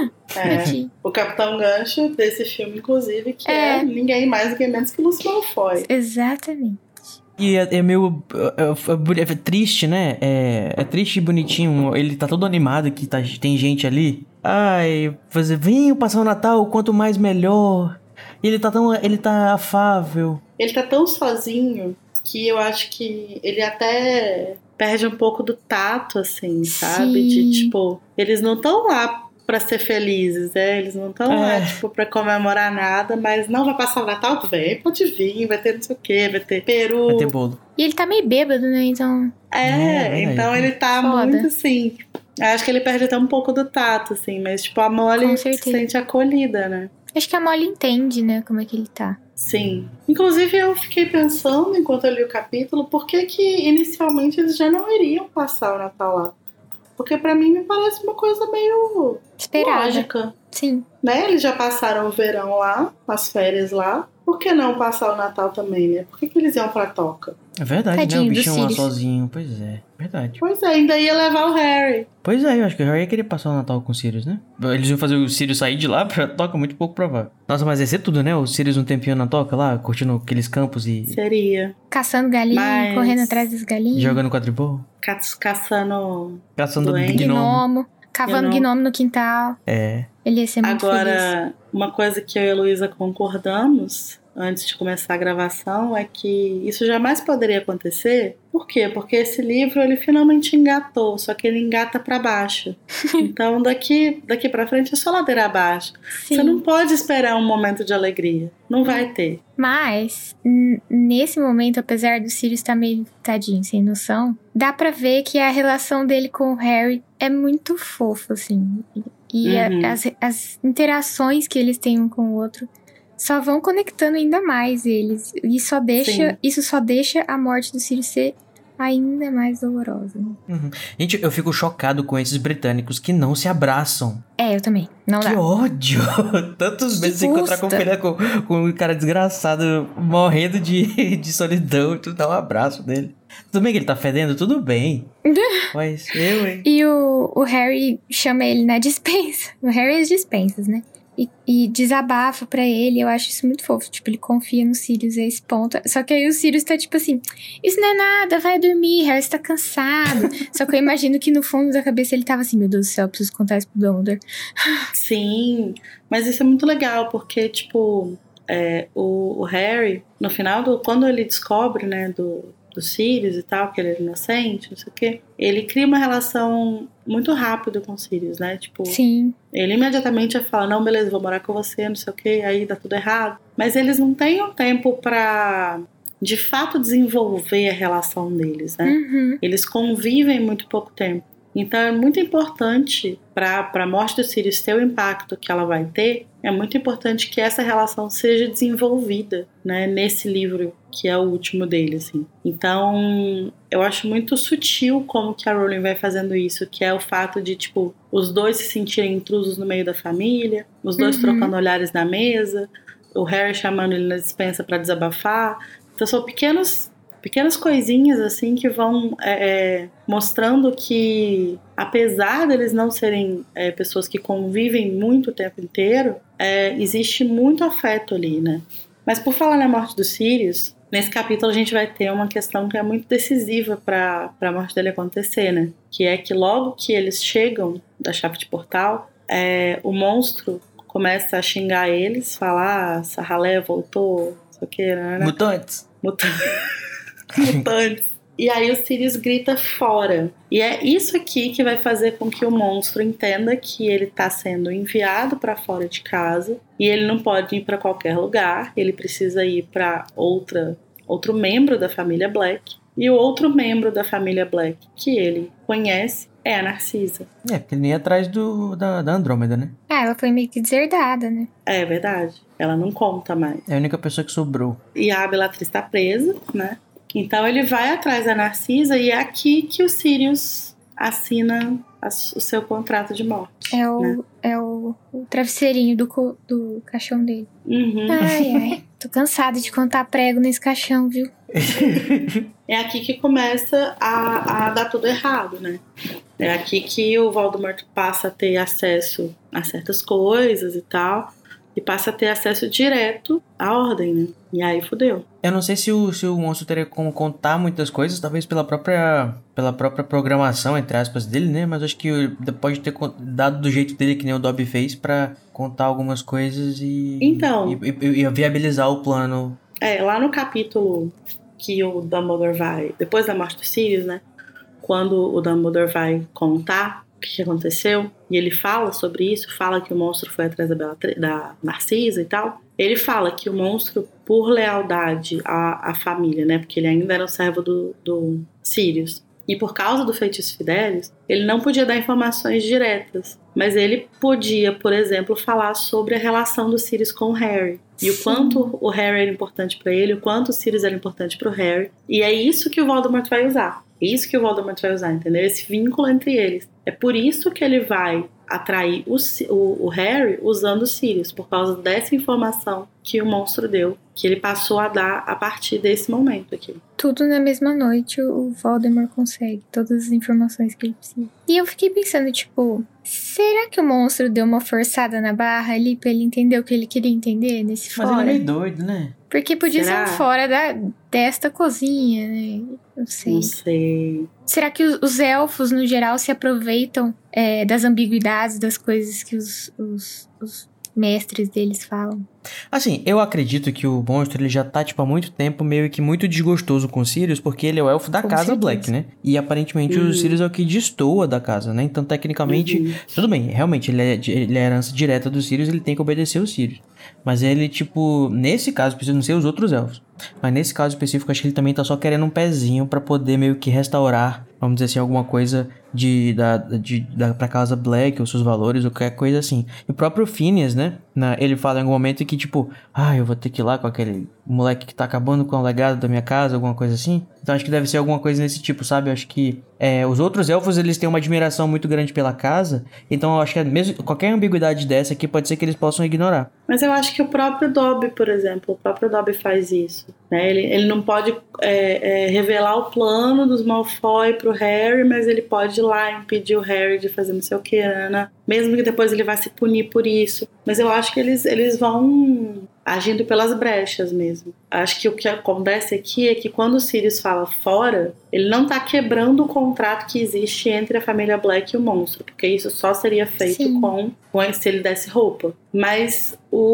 É. Tadinho. O Capitão Gancho desse filme, inclusive, que é, É. ninguém mais, ninguém menos que Lúcio Malfoy. Exatamente. E é, é meio é, é- é triste, né? É, é triste e bonitinho. Ele tá todo animado que tá, tem gente ali. Ai, fazer, venham passar o Natal, quanto mais melhor. E ele tá tão. Ele tá afável. Ele tá tão sozinho que eu acho que ele até perde um pouco do tato, assim, sabe? De Sim. tipo, eles não estão lá pra ser felizes, né? Eles não estão lá, É. tipo, pra comemorar nada, mas não vai passar o Natal? Vem, pode vir, vai ter não sei o quê, vai ter peru. Vai ter bolo. E ele tá meio bêbado, né? Então. É, É, verdade. então ele tá Foda. muito assim. Eu acho que ele perde até um pouco do tato, assim, mas tipo, a Molly Com se certeza. sente acolhida, né? Acho que a Molly entende, né? Como é que ele tá. Sim. Inclusive, eu fiquei pensando, enquanto eu li o capítulo, por que que inicialmente eles já não iriam passar o Natal lá? Porque pra mim me parece uma coisa meio Esperada. lógica, Sim. né? Eles já passaram o verão lá, as férias lá. Por que não passar o Natal também, né? Por que que eles iam pra toca? É verdade, Tadinho né? O do bichinho lá Sirius. sozinho. Pois é, verdade. Pois é, ainda ia levar o Harry. Pois é, eu acho que eu já ia querer passar o Natal com o Sirius, né? Eles iam fazer o Sirius sair de lá pra toca, muito pouco provável. Nossa, mas ia ser tudo, né? O Sirius um tempinho na toca lá, curtindo aqueles campos e Seria. Caçando galinha, Mas- correndo atrás das galinhas. jogando quadribol. Ca- Caçando. Caçando Doente. gnomo. Gnomo. Cavando Gnomo. gnomo no quintal. É. Ele ia ser muito feliz. Agora, uma coisa que eu e a Luísa concordamos antes de começar a gravação é que isso jamais poderia acontecer. Por quê? Porque esse livro ele finalmente engatou, só que ele engata pra baixo. Então daqui, daqui pra frente é só ladeira abaixo. Sim. Você não pode esperar um momento de alegria. Não vai ter. Mas, n- nesse momento, apesar do Sirius estar meio tadinho, sem noção, dá pra ver que a relação dele com o Harry é muito fofa, assim. E a- Uhum. as, as interações que eles têm um com o outro só vão conectando ainda mais eles. E só deixa, Sim. isso só deixa a morte do Sirius ser ainda mais dolorosa. Uhum. Gente, eu fico chocado com esses britânicos que não se abraçam. É, eu também. Não Que dá. ódio! Tantos Que meses se encontrar com, custa. filha, com, com um cara desgraçado, morrendo de, de solidão, tu dá um abraço dele. Tudo bem que ele tá fedendo? Tudo bem. Mas eu, hein? E o, o Harry chama ele na dispensa. O Harry é as dispensas, né? E, e desabafa pra ele. Eu acho isso muito fofo. Tipo, ele confia no Sirius a esse ponto. Só que aí o Sirius tá tipo assim: isso não é nada, vai dormir, Harry, você tá cansado. Só que eu imagino que no fundo da cabeça ele tava assim: meu Deus do céu, eu preciso contar isso pro Dumbledore. Sim, mas isso é muito legal, porque, tipo, é, o, o Harry, no final, do, quando ele descobre, né, do, do Sirius e tal, que ele era inocente, não sei o quê, ele cria uma relação muito rápido com o Sirius, né? Tipo, Sim. Ele imediatamente fala, não, beleza, vou morar com você, não sei o quê, aí dá tudo errado. Mas eles não têm um tempo pra, de fato, desenvolver a relação deles, né? Uhum. Eles convivem muito pouco tempo. Então é muito importante para a morte do Sirius ter o impacto que ela vai ter, é muito importante que essa relação seja desenvolvida, né, nesse livro que é o último dele, assim. Então eu acho muito sutil como que a Rowling vai fazendo isso, que é o fato de, tipo, os dois se sentirem intrusos no meio da família, os dois Uhum. trocando olhares na mesa, o Harry chamando ele na despensa para desabafar. Então são pequenos Pequenas coisinhas, assim, que vão é, é, mostrando que, apesar deles não serem é, pessoas que convivem muito o tempo inteiro, é, existe muito afeto ali, né? Mas por falar na morte do Sirius, nesse capítulo a gente vai ter uma questão que é muito decisiva para a morte dele acontecer, né? Que é que logo que eles chegam da chave de portal, é, o monstro começa a xingar eles, falar, ah, essa ralé voltou, não sei o que, né? Mutantes. Mutantes. Mutantes. E aí o Sirius grita fora. E é isso aqui que vai fazer com que o monstro entenda que ele está sendo enviado para fora de casa e ele não pode ir para qualquer lugar, ele precisa ir para outra outro membro da família Black. E o outro membro da família Black que ele conhece é a Narcisa. É, porque ele ia atrás do, da, da Andrômeda, né? Ah, ela foi meio que deserdada, né? É verdade. Ela não conta mais. É a única pessoa que sobrou. E a Bellatrix está presa, né? Então ele vai atrás da Narcisa e é aqui que o Sirius assina a, o seu contrato de morte. É o, né? é o, o travesseirinho do, co, do caixão dele. Uhum. Ai, ai. Tô cansada de contar prego nesse caixão, viu? É aqui que começa a, a dar tudo errado, né? É aqui que o Voldemort passa a ter acesso a certas coisas e tal. E passa a ter acesso direto à ordem, né? E aí fudeu. Eu não sei se o, se o monstro teria como contar muitas coisas, talvez pela própria, pela própria programação, entre aspas, dele, né? Mas acho que pode ter dado do jeito dele, que nem o Dobby fez, pra contar algumas coisas e, então, e, e, e viabilizar o plano. É, lá no capítulo que o Dumbledore vai, depois da morte do Sirius, né? Quando o Dumbledore vai contar o que aconteceu, e ele fala sobre isso, fala que o monstro foi atrás da, Bellatrix, da Narcisa e tal. Ele fala que o monstro, por lealdade à, à família, né? Porque ele ainda era um servo do, do Sirius. E por causa do Feitiço Fidelis, ele não podia dar informações diretas. Mas ele podia, por exemplo, falar sobre a relação do Sirius com o Harry. E o quanto o Harry era importante para ele, o quanto o Sirius era importante para o Harry. E é isso que o Voldemort vai usar. É isso que o Voldemort vai usar, entendeu? Esse vínculo entre eles. É por isso que ele vai atrair o, o, o Harry usando o Sirius, por causa dessa informação que o monstro deu, que ele passou a dar a partir desse momento aqui. Tudo na mesma noite o Voldemort consegue, todas as informações que ele precisa. E eu fiquei pensando, tipo, será que o monstro deu uma forçada na barra ali pra ele entender o que ele queria entender nesse Mas fora? ele é meio doido, né? Porque podia Será? ser um fora da, desta cozinha, né? Não sei. Não sei. Será que os, os elfos, no geral, se aproveitam é, das ambiguidades, das coisas que os, os, os mestres deles falam? Assim, eu acredito que o monstro ele já tá, tipo, há muito tempo meio que muito desgostoso com o Sirius, porque ele é o elfo da Com casa certeza. Black, né? E aparentemente Uhum. o Sirius é o que destoa da casa, né? Então, tecnicamente, Uhum. tudo bem, realmente, ele é, de- ele é a herança direta do Sirius, ele tem que obedecer o Sirius. Mas ele, tipo, nesse caso, precisa não ser os outros elfos. Mas nesse caso específico, acho que ele também tá só querendo um pezinho pra poder meio que restaurar, vamos dizer assim, alguma coisa de, da, de, da, pra casa Black, os seus valores, ou qualquer coisa assim. E o próprio Phineas, né? Na, ele fala em algum momento que, tipo, ah, eu vou ter que ir lá com aquele moleque que tá acabando com o legado da minha casa, alguma coisa assim. Então acho que deve ser alguma coisa nesse tipo, sabe? Eu acho que é, os outros elfos, eles têm uma admiração muito grande pela casa. Então eu acho que mesmo, qualquer ambiguidade dessa aqui pode ser que eles possam ignorar. Mas eu acho que o próprio Dobby, por exemplo, o próprio Dobby faz isso, né? Ele, ele não pode é, é, revelar o plano dos Malfoy pro Harry, mas ele pode ir lá impedir o Harry de fazer não sei o que, né? Mesmo que depois ele vá se punir por isso. Mas eu acho que eles, eles vão agindo pelas brechas mesmo. Acho que o que acontece aqui é que quando o Sirius fala fora, ele não tá quebrando o contrato que existe entre a família Black e o monstro, porque isso só seria feito Sim. com, com se ele desse roupa. Mas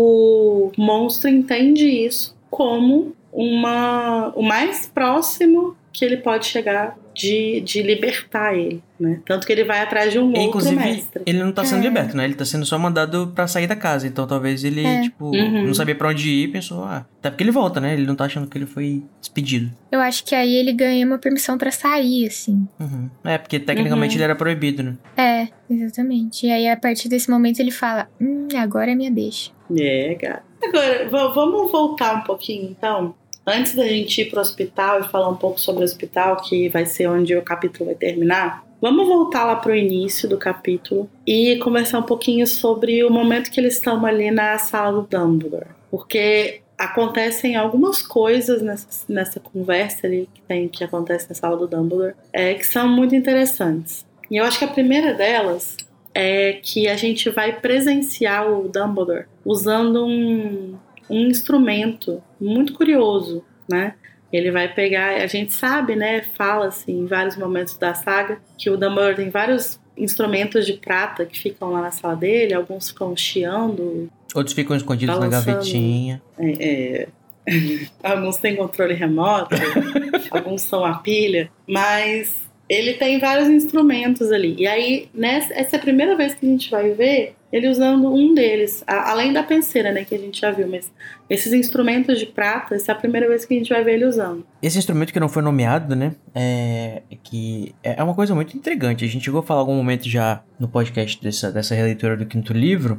o monstro entende isso como uma, o mais próximo que ele pode chegar de, de libertar ele, né? Tanto que ele vai atrás de um outro Inclusive, mestre. ele não tá sendo É. liberto, né? Ele tá sendo só mandado pra sair da casa. Então talvez ele, É. tipo, Uhum. não sabia pra onde ir e pensou, ah... Até porque ele volta, né? Ele não tá achando que ele foi despedido. Eu acho que aí ele ganha uma permissão pra sair, assim. Uhum. É, porque tecnicamente Uhum. ele era proibido, né? É, exatamente. E aí, a partir desse momento, ele fala, hum, agora é minha deixa. É, cara. Agora, v- vamos voltar um pouquinho, então. Antes da gente ir pro hospital e falar um pouco sobre o hospital, que vai ser onde o capítulo vai terminar, vamos voltar lá pro início do capítulo e conversar um pouquinho sobre o momento que eles estão ali na sala do Dumbledore. Porque acontecem algumas coisas nessa, nessa conversa ali que, tem, que acontece na sala do Dumbledore é, que são muito interessantes. E eu acho que a primeira delas é que a gente vai presenciar o Dumbledore usando um, um instrumento muito curioso, né? Ele vai pegar, a gente sabe, né? Fala assim em vários momentos da saga que o Dumbledore tem vários instrumentos de prata que ficam lá na sala dele, alguns ficam chiando. Outros ficam escondidos Balançando. na gavetinha. É, é, alguns têm controle remoto, alguns são a pilha, mas ele tem vários instrumentos ali. E aí, nessa, essa é a primeira vez que a gente vai ver ele usando um deles, a, além da penseira, né, que a gente já viu, mas esses instrumentos de prata, essa é a primeira vez que a gente vai ver ele usando. Esse instrumento que não foi nomeado, né, é que é uma coisa muito intrigante. A gente chegou a falar algum momento já no podcast dessa, dessa releitura do quinto livro,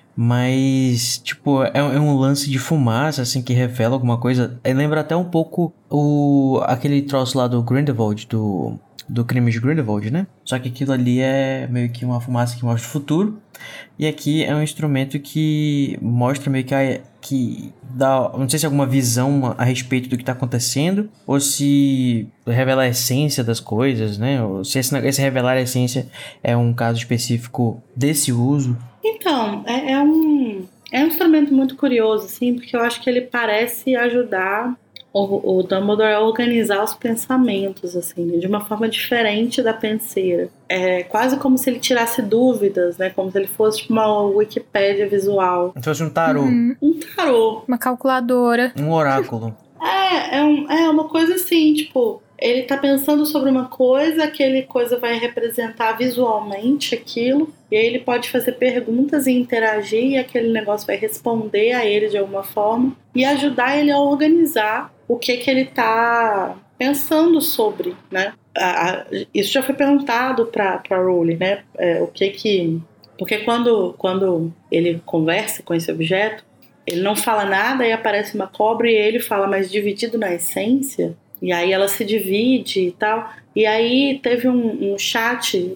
mas, tipo, é, é um lance de fumaça, assim, que revela alguma coisa. É, lembra até um pouco o, aquele troço lá do Grindelwald, do, do crime de Grindelwald, né? Só que aquilo ali é meio que uma fumaça que mostra o futuro. E aqui é um instrumento que mostra meio que, a, que dá, não sei se é alguma visão a respeito do que está acontecendo, ou se revela a essência das coisas, né? Ou se esse, esse revelar a essência é um caso específico desse uso. Então, é, é, um, é um instrumento muito curioso, assim, porque eu acho que ele parece ajudar o, o Dumbledore a organizar os pensamentos, assim, de uma forma diferente da penseira. É quase como se ele tirasse dúvidas, né? Como se ele fosse tipo, uma Wikipédia visual. Se fosse um tarô, Uhum. Um tarô. Uma calculadora. um oráculo. É, é, um, é uma coisa assim, tipo, ele tá pensando sobre uma coisa, aquele coisa vai representar visualmente aquilo, e aí ele pode fazer perguntas e interagir, e aquele negócio vai responder a ele de alguma forma, e ajudar ele a organizar o que que ele tá pensando sobre, né? A, a, isso já foi perguntado pra, pra Rowling, né? É, o que que... Porque quando, quando ele conversa com esse objeto, ele não fala nada e aparece uma cobra e ele fala, mas dividido na essência, e aí ela se divide e tal. E aí teve um, um chat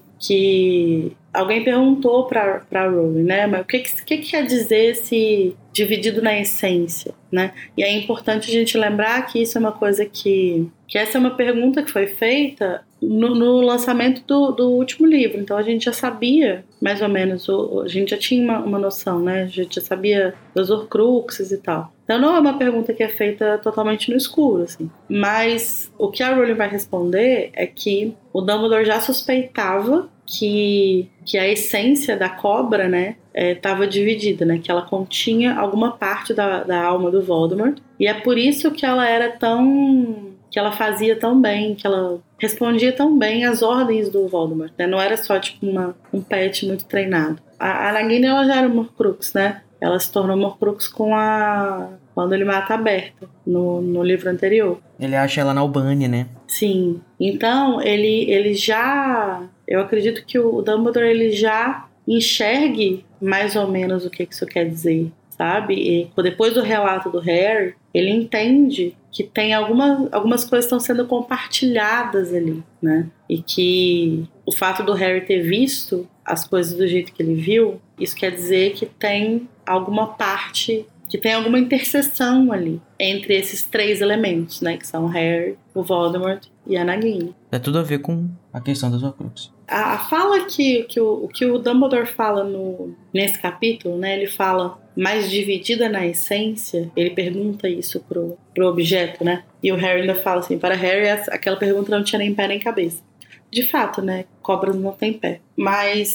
que alguém perguntou pra, pra Rowling, né, mas o que, que, que quer dizer esse dividido na essência, né? E é importante a gente lembrar que isso é uma coisa que, que essa é uma pergunta que foi feita no, no lançamento do, do último livro, então a gente já sabia mais ou menos, a gente já tinha uma, uma noção, né? A gente já sabia dos Horcruxes e tal. Então não é uma pergunta que é feita totalmente no escuro, assim. Mas o que a Rowling vai responder é que o Dumbledore já suspeitava que, que a essência da cobra, né, estava é, dividida, né? Que ela continha alguma parte da, da alma do Voldemort. E é por isso que ela era tão... que ela fazia tão bem, que ela respondia tão bem às ordens do Voldemort, né? Não era só tipo uma, um pet muito treinado. A, a Nagini, ela já era uma Horcrux, né? Ela se tornou uma Horcrux com a... quando ele mata a Berta, no, no livro anterior. Ele acha ela na Albânia, né? Sim. Então, ele, ele já... Eu acredito que o Dumbledore, ele já enxergue mais ou menos o que isso quer dizer, sabe? E depois do relato do Harry, ele entende que tem alguma, algumas coisas que estão sendo compartilhadas ali, né? E que o fato do Harry ter visto as coisas do jeito que ele viu, isso quer dizer que tem alguma parte, que tem alguma interseção ali entre esses três elementos, né? Que são o Harry, o Voldemort e a Nagini. É tudo a ver com a questão das Horcruxes. A, a fala que, que, o, que o Dumbledore fala no, nesse capítulo, né? Ele fala mais dividida na essência, ele pergunta isso pro, pro objeto, né? E o Harry ainda fala assim, para Harry aquela pergunta não tinha nem pé nem cabeça. De fato, né? Cobras não têm pé. Mas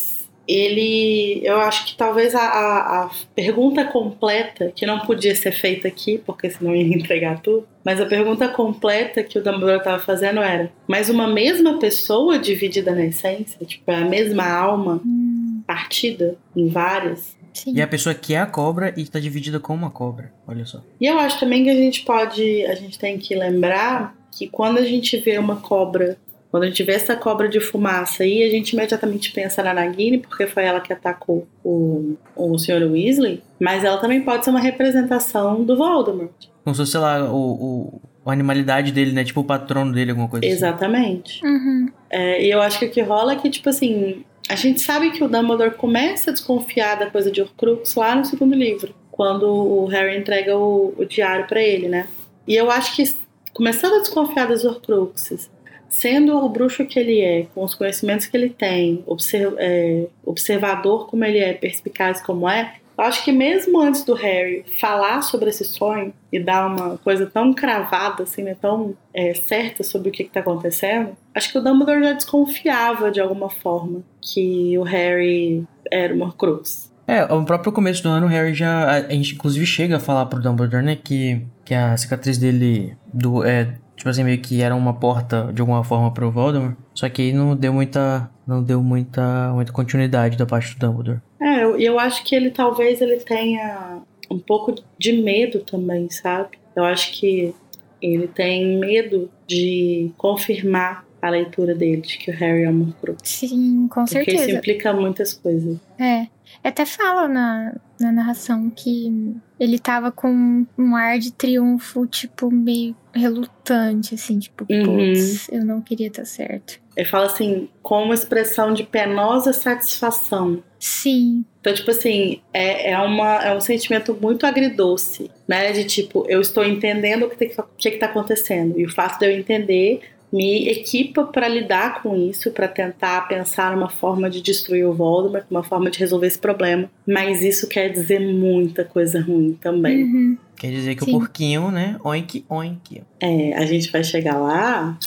ele, eu acho que talvez a, a, a pergunta completa, que não podia ser feita aqui, porque senão ia entregar tudo, mas a pergunta completa que o Dumbledore estava fazendo era, mas uma mesma pessoa dividida na essência, tipo, é a mesma alma Hum, partida em várias? sim. E a pessoa que é a cobra e tá dividida com uma cobra, olha só. E eu acho também que a gente pode, a gente tem que lembrar que quando a gente vê uma cobra, quando a gente vê essa cobra de fumaça aí, a gente imediatamente pensa na Nagini, porque foi ela que atacou o, o senhor Weasley, mas ela também pode ser uma representação do Voldemort. Como se fosse, sei lá, o, o, a animalidade dele, né? Tipo o patrono dele, alguma coisa Exatamente. Uhum. É, e eu acho que o que rola é que, tipo assim, a gente sabe que o Dumbledore começa a desconfiar da coisa de Horcrux lá no segundo livro, quando o Harry entrega o, o diário pra ele, né? E eu acho que, começando a desconfiar das Horcruxes, sendo o bruxo que ele é, com os conhecimentos que ele tem, observ- é, observador como ele é, perspicaz como é, eu acho que mesmo antes do Harry falar sobre esse sonho e dar uma coisa tão cravada, assim, né, tão é, certa sobre o que está acontecendo, acho que o Dumbledore já desconfiava de alguma forma que o Harry era uma Horcrux. É, no próprio começo do ano, o Harry já... A, a gente, inclusive, chega a falar pro Dumbledore, né? Que, que a cicatriz dele... Do, é, tipo assim, meio que era uma porta, de alguma forma, pro Voldemort. Só que aí não deu muita... Não deu muita, muita continuidade da parte do Dumbledore. É, eu, eu acho que ele talvez ele tenha um pouco de medo também, sabe? Eu acho que ele tem medo de confirmar a leitura dele, de que o Harry é uma Horcrux. Sim, com Porque isso certeza. implica muitas coisas. É. Até fala na, na narração que ele tava com um ar de triunfo, tipo, meio relutante, assim, tipo, Uhum. putz, eu não queria estar certo. Ele fala assim, com uma expressão de penosa satisfação. Sim. Então, tipo assim, é, é, uma, é um sentimento muito agridoce, né? De tipo, eu estou entendendo o que, tem, o que, que tá acontecendo. E o fato de eu entender me equipa para lidar com isso, para tentar pensar numa forma de destruir o Voldemort, uma forma de resolver esse problema. Mas isso quer dizer muita coisa ruim também. Uhum. Quer dizer que Sim. o porquinho, né? Oink, oink. É, a gente vai chegar lá,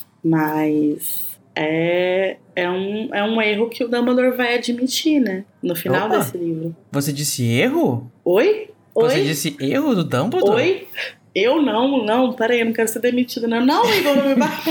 mas é, é, um, é um erro que o Dumbledore vai admitir, né? No final Opa. desse livro. Você disse erro? Oi? Você Oi? disse erro do Dumbledore? Oi? Eu não, não, peraí, eu não quero ser demitida, não. Não, Igor, não me bate.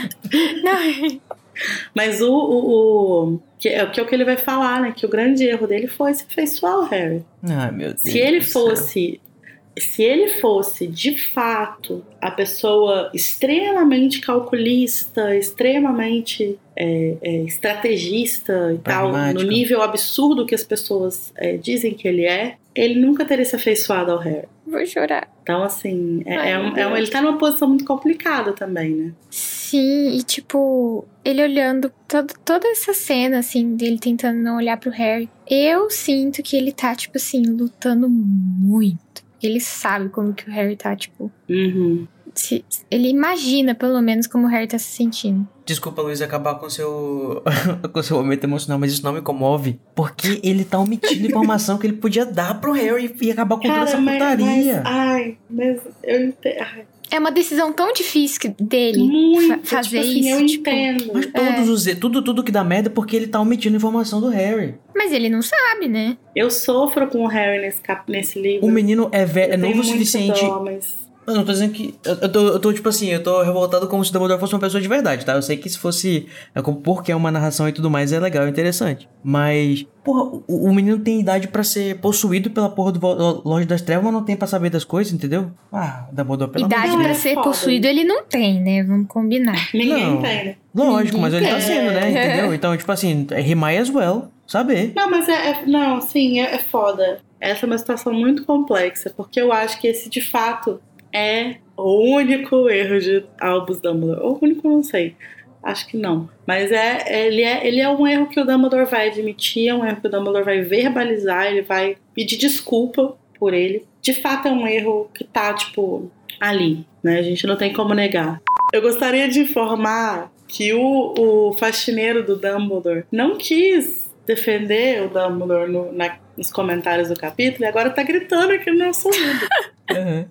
Não. Mas o, o, o que, é, que é o que ele vai falar, né? Que o grande erro dele foi se afeiçoar ao Harry. Ai, meu Deus. Se ele do céu. fosse... Se ele fosse, de fato, a pessoa extremamente calculista, extremamente é, é, estrategista e tal, Pragmático. no nível absurdo que as pessoas é, dizem que ele é, ele nunca teria se afeiçoado ao Harry. Vou chorar. Então, assim, é, Ai, é um, meu é um- Deus. ele tá numa posição muito complicada também, né? Sim, e tipo, ele olhando todo, toda essa cena, assim, dele tentando não olhar pro Harry, eu sinto que ele tá, tipo assim, lutando muito. Ele sabe como que o Harry tá, tipo... Uhum. Se, ele imagina, pelo menos, como o Harry tá se sentindo. Desculpa, Luiz, acabar com seu com seu momento emocional, mas isso não me comove. Porque ele tá omitindo informação que ele podia dar pro Harry e acabar com toda essa mas, putaria. mas, ai, mas eu entendo. Ai, É uma decisão tão difícil que- dele muito, fa- fazer tipo assim, isso. eu tipo, entendo. Mas todos os e- tudo, tudo que dá merda é porque ele tá omitindo informação do Harry. Mas ele não sabe, né? Eu sofro com o Harry nesse, cap, nesse livro. O menino é, ve- é Eu tenho novo o muita suficiente. dó, mas... Eu não tô dizendo que. Eu, eu, tô, eu tô, tipo assim, eu tô revoltado como se o Dumbledore fosse uma pessoa de verdade, tá? Eu sei que se fosse. É como porque é uma narração e tudo mais, é legal, é interessante. Mas, porra, o, o menino tem idade pra ser possuído pela porra do Vo- Lorde das Trevas, mas não tem pra saber das coisas, entendeu? Ah, Dumbledore, pelo amor Idade de Deus. pra É ser foda. possuído ele não tem, né? Vamos combinar. Ninguém Não. tem, né? Lógico, Ninguém mas ele tá tem. sendo, né? Entendeu? Então, tipo assim, he might as well saber. Não, mas é... é- não, sim, é, é foda. Essa é uma situação muito complexa, porque eu acho que esse, de fato, é o único erro de Albus Dumbledore. O único, não sei. Acho que não. Mas é, ele, é, ele é um erro que o Dumbledore vai admitir, é um erro que o Dumbledore vai verbalizar, ele vai pedir desculpa por ele. De fato, é um erro que tá, tipo, ali, né? A gente não tem como negar. Eu gostaria de informar que o, o faxineiro do Dumbledore não quis defender o Dumbledore no, na, nos comentários do capítulo e agora tá gritando aqui no nosso ouvido. Uhum.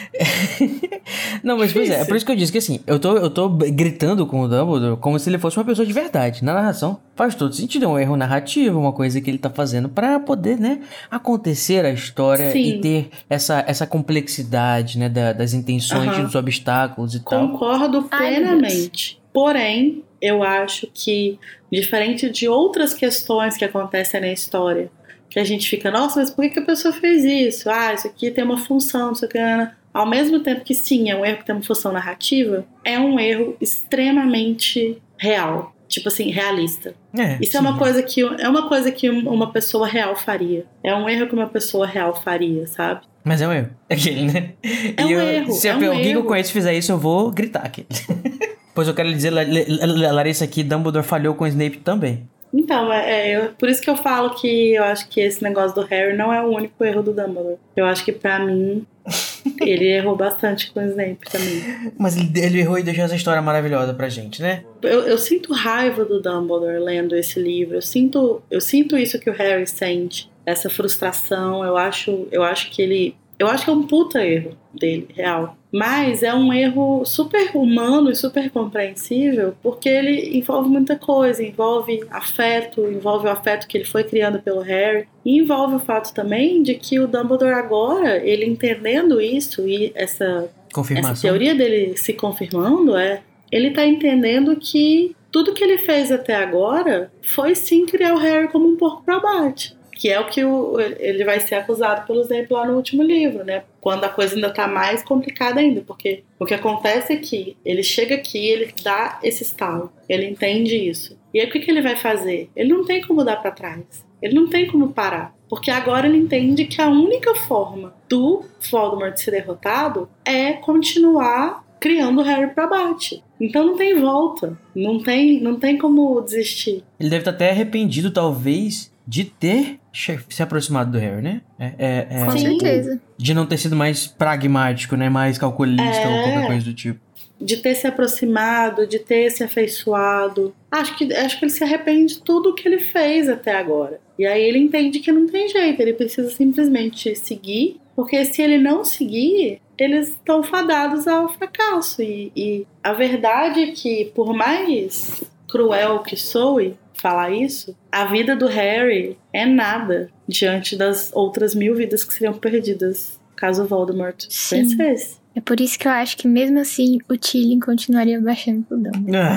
Não, mas pois é, é por isso que eu disse que assim, eu tô, eu tô gritando com o Dumbledore como se ele fosse uma pessoa de verdade. Na narração faz todo sentido, é um erro narrativo, uma coisa que ele tá fazendo pra poder, né, acontecer a história. Sim. E ter essa, essa complexidade, né, da, das intenções e dos obstáculos e tal. Concordo plenamente. Ai, porém, eu acho que, diferente de outras questões que acontecem na história, que a gente fica, nossa, mas por que a pessoa fez isso? Ah, isso aqui tem uma função, isso aqui... Ao mesmo tempo que sim, é um erro que tem uma função narrativa, é um erro extremamente real. Tipo assim, realista. É, isso sim. é uma coisa que é uma coisa que uma pessoa real faria. É um erro que uma pessoa real faria, sabe? Mas é um erro. Aquele, né? É um eu, erro. Se é alguém um que eu erro. conheço fizer isso, eu vou gritar aqui. Pois eu quero dizer, Larissa, que Dumbledore falhou com o Snape também. Então, é, é, eu, por isso que eu falo que eu acho que esse negócio do Harry não é o único erro do Dumbledore. Eu acho que pra mim, ele errou bastante com o Snape também. Mas ele, ele errou e deixou essa história maravilhosa pra gente, né? Eu, eu sinto raiva do Dumbledore lendo esse livro. Eu sinto, eu sinto isso que o Harry sente. Essa frustração. Eu acho, eu acho que ele... Eu acho que é um puta erro dele, real. Mas é um erro super humano e super compreensível, porque ele envolve muita coisa. Envolve afeto, envolve o afeto que ele foi criando pelo Harry. E envolve o fato também de que o Dumbledore agora, ele entendendo isso e essa, essa teoria dele se confirmando, é, ele tá entendendo que tudo que ele fez até agora foi sim criar o Harry como um porco pro abate. Que é o que o, ele vai ser acusado pelo Snape lá no último livro, né? Quando a coisa ainda tá mais complicada ainda, porque o que acontece é que ele chega aqui, ele dá esse estalo, ele entende isso. E aí o que, que ele vai fazer? Ele não tem como dar pra trás, ele não tem como parar, porque agora ele entende que a única forma do Voldemort ser derrotado é continuar criando o Harry pra bate. Então não tem volta, não tem, não tem como desistir. Ele deve estar até arrependido, talvez, de ter se aproximado do Harry, né? É, é, é, Com certeza. De não ter sido mais pragmático, né? Mais calculista é, ou qualquer coisa do tipo. De ter se aproximado, de ter se afeiçoado. Acho que, acho que ele se arrepende de tudo que ele fez até agora. E aí ele entende que não tem jeito, ele precisa simplesmente seguir, porque se ele não seguir, eles estão fadados ao fracasso. E, e a verdade é que, por mais cruel que soe falar isso, a vida do Harry é nada diante das outras mil vidas que seriam perdidas caso o Voldemort vencesse. É por isso que eu acho que mesmo assim o Tilly continuaria baixando pro Dumbledore.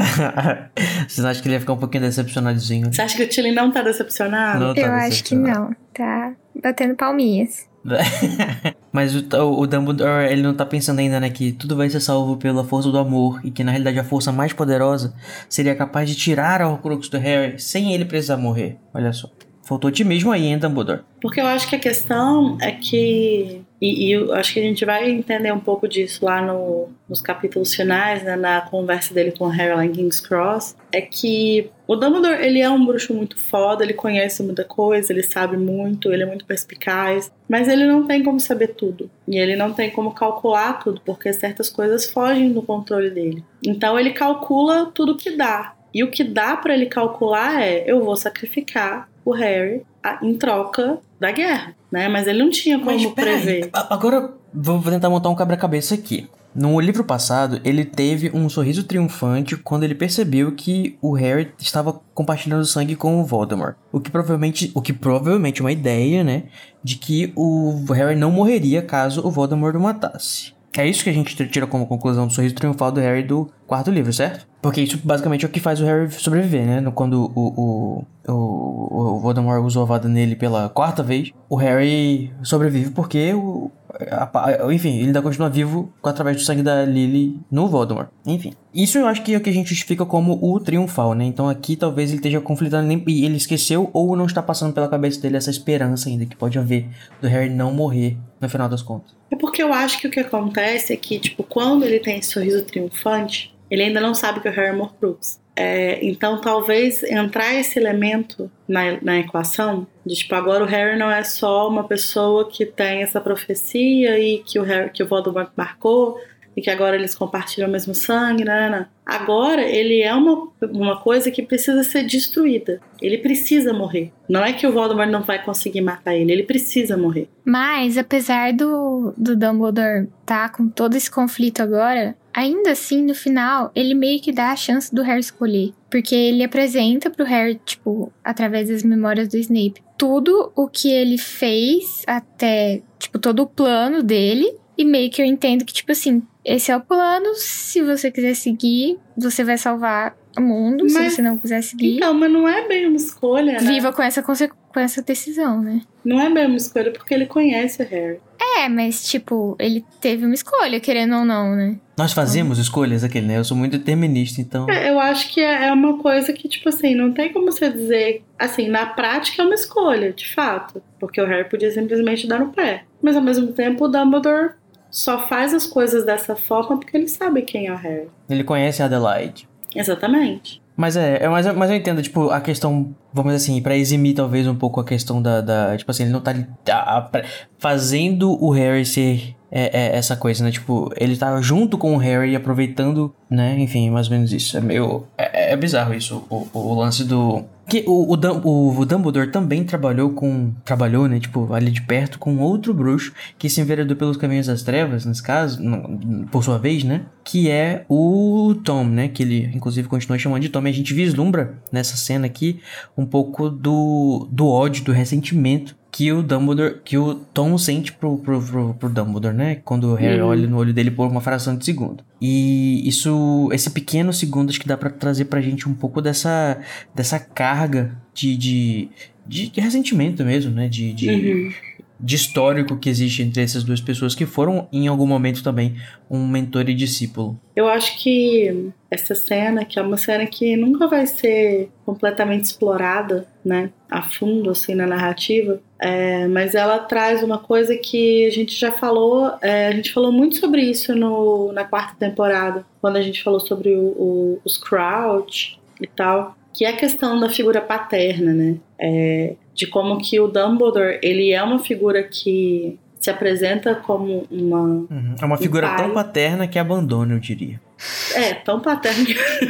Vocês acham que ele ia ficar um pouquinho decepcionadozinho? Você acha que o Tilly não tá decepcionado? Não tá eu decepcionado. Acho que não. Tá batendo palminhas. Mas o, o Dumbledore, ele não tá pensando ainda, né, que tudo vai ser salvo pela força do amor e que na realidade a força mais poderosa seria capaz de tirar a Horcrux do Harry sem ele precisar morrer. Olha só, faltou otimismo aí, hein, Dumbledore? Porque eu acho que a questão é que, e, e eu acho que a gente vai entender um pouco disso lá no, nos capítulos finais, né, na conversa dele com o Harry lá em King's Cross, é que o Dumbledore, ele é um bruxo muito foda, ele conhece muita coisa, ele sabe muito, ele é muito perspicaz, mas ele não tem como saber tudo. E ele não tem como calcular tudo, porque certas coisas fogem do controle dele. Então ele calcula tudo que dá. E o que dá pra ele calcular é, eu vou sacrificar o Harry em troca da guerra, né? Mas ele não tinha como Mas, prever. Aí, agora vou tentar montar um quebra-cabeça aqui. No livro passado, ele teve um sorriso triunfante quando ele percebeu que o Harry estava compartilhando sangue com o Voldemort. O que provavelmente, o que provavelmente é uma ideia, né, de que o Harry não morreria caso o Voldemort o matasse. É isso que a gente tira como conclusão do sorriso triunfal do Harry do quarto livro, certo? Porque isso basicamente é o que faz o Harry sobreviver, né? Quando o, o, o, o Voldemort usou a vada nele pela quarta vez, o Harry sobrevive porque, o, a, a, enfim, ele ainda continua vivo através do sangue da Lily no Voldemort. Enfim, isso eu acho que é o que a gente justifica como o triunfal, né? Então aqui talvez ele esteja conflitando e ele esqueceu ou não está passando pela cabeça dele essa esperança ainda que pode haver do Harry não morrer no final das contas. É porque eu acho que o que acontece é que, tipo, quando ele tem esse sorriso triunfante, ele ainda não sabe que o Harry é Horcrux. É, então, talvez entrar esse elemento na, na equação, de tipo, agora o Harry não é só uma pessoa que tem essa profecia e que o, Harry, que o Voldemort marcou, e que agora eles compartilham o mesmo sangue, né, né. Agora ele é uma, uma coisa que precisa ser destruída. Ele precisa morrer. Não é que o Voldemort não vai conseguir matar ele, ele precisa morrer. Mas, apesar do, do Dumbledore tá com todo esse conflito agora, ainda assim, no final, ele meio que dá a chance do Harry escolher. Porque ele apresenta pro Harry, tipo, através das memórias do Snape, tudo o que ele fez até, tipo, todo o plano dele. E meio que eu entendo que, tipo assim, esse é o plano, se você quiser seguir, você vai salvar o mundo, mas, se você não quiser seguir... Então, mas não é bem uma escolha, né? Viva com essa, com essa decisão, né? Não é bem uma escolha, porque ele conhece o Harry. É, mas, tipo, ele teve uma escolha, querendo ou não, né? Nós fazemos então... escolhas, aquele, né? Eu sou muito determinista, então... É, eu acho que é uma coisa que, tipo assim, não tem como você dizer... Assim, na prática é uma escolha, de fato. Porque o Harry podia simplesmente dar no pé. Mas, ao mesmo tempo, o Dumbledore só faz as coisas dessa forma porque ele sabe quem é o Harry. Ele conhece a Adelaide. Exatamente. Mas é, é mas, mas eu entendo, tipo, a questão, vamos dizer assim, pra eximir talvez um pouco a questão da, da tipo assim, ele não tá a, a, fazendo o Harry ser é, é, essa coisa, né, tipo, ele tá junto com o Harry, aproveitando, né, enfim, mais ou menos isso, é meio, é, é bizarro isso, o, o, o lance do... Que o, o, o, o Dumbledore também trabalhou com, trabalhou, né, tipo, ali de perto com outro bruxo que se enveredou pelos caminhos das trevas, nesse caso, no, por sua vez, né, que é o Tom, né, que ele, inclusive, continua chamando de Tom, e a gente vislumbra nessa cena aqui um pouco do, do ódio, do ressentimento que o Dumbledore, que o Tom sente pro, pro, pro, pro Dumbledore, né? Quando o Harry uhum. olha no olho dele por uma fração de segundo. E isso, esse pequeno segundo, acho que dá pra trazer pra gente um pouco dessa, dessa carga de, de, de, de ressentimento mesmo, né? De, de, uhum. de histórico que existe entre essas duas pessoas que foram, em algum momento também, um mentor e discípulo. Eu acho que essa cena, que é uma cena que nunca vai ser completamente explorada, né, a fundo, assim, na narrativa, é, mas ela traz uma coisa que a gente já falou, é, a gente falou muito sobre isso no, na quarta temporada, quando a gente falou sobre o, o, os Crouch e tal, que é a questão da figura paterna, né, é, de como que o Dumbledore, ele é uma figura que se apresenta como uma... Uhum. É uma figura um tão paterna que abandona, eu diria. É, tão paterna.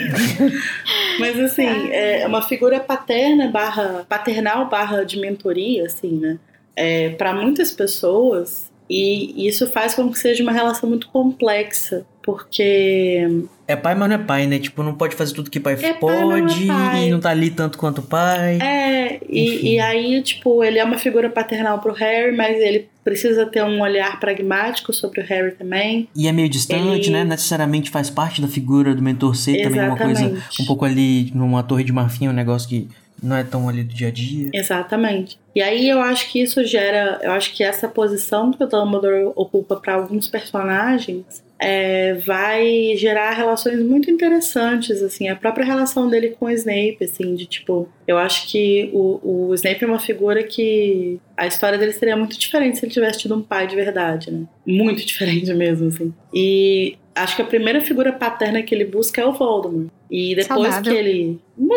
Mas, assim, é uma figura paterna barra, paternal barra de mentoria, assim, né? É, para muitas pessoas, e isso faz com que seja uma relação muito complexa, porque... É pai, mas não é pai, né? Tipo, não pode fazer tudo que pai é pode, pai, não é pai. E não tá ali tanto quanto o pai. É, e, e aí, tipo, ele é uma figura paternal pro Harry, mas ele precisa ter um olhar pragmático sobre o Harry também. E é meio distante, ele... né? Necessariamente faz parte da figura do mentor ser. Exatamente. Também uma coisa um pouco ali numa torre de marfim, um negócio que não é tão ali do dia a dia. Exatamente. E aí eu acho que isso gera, eu acho que essa posição que o Dumbledore ocupa para alguns personagens é, vai gerar relações muito interessantes, assim, a própria relação dele com o Snape, assim, de tipo, eu acho que o, o Snape é uma figura que a história dele seria muito diferente se ele tivesse tido um pai de verdade, né? Muito diferente mesmo, assim. E acho que a primeira figura paterna que ele busca é o Voldemort. E depois Saudável. que ele...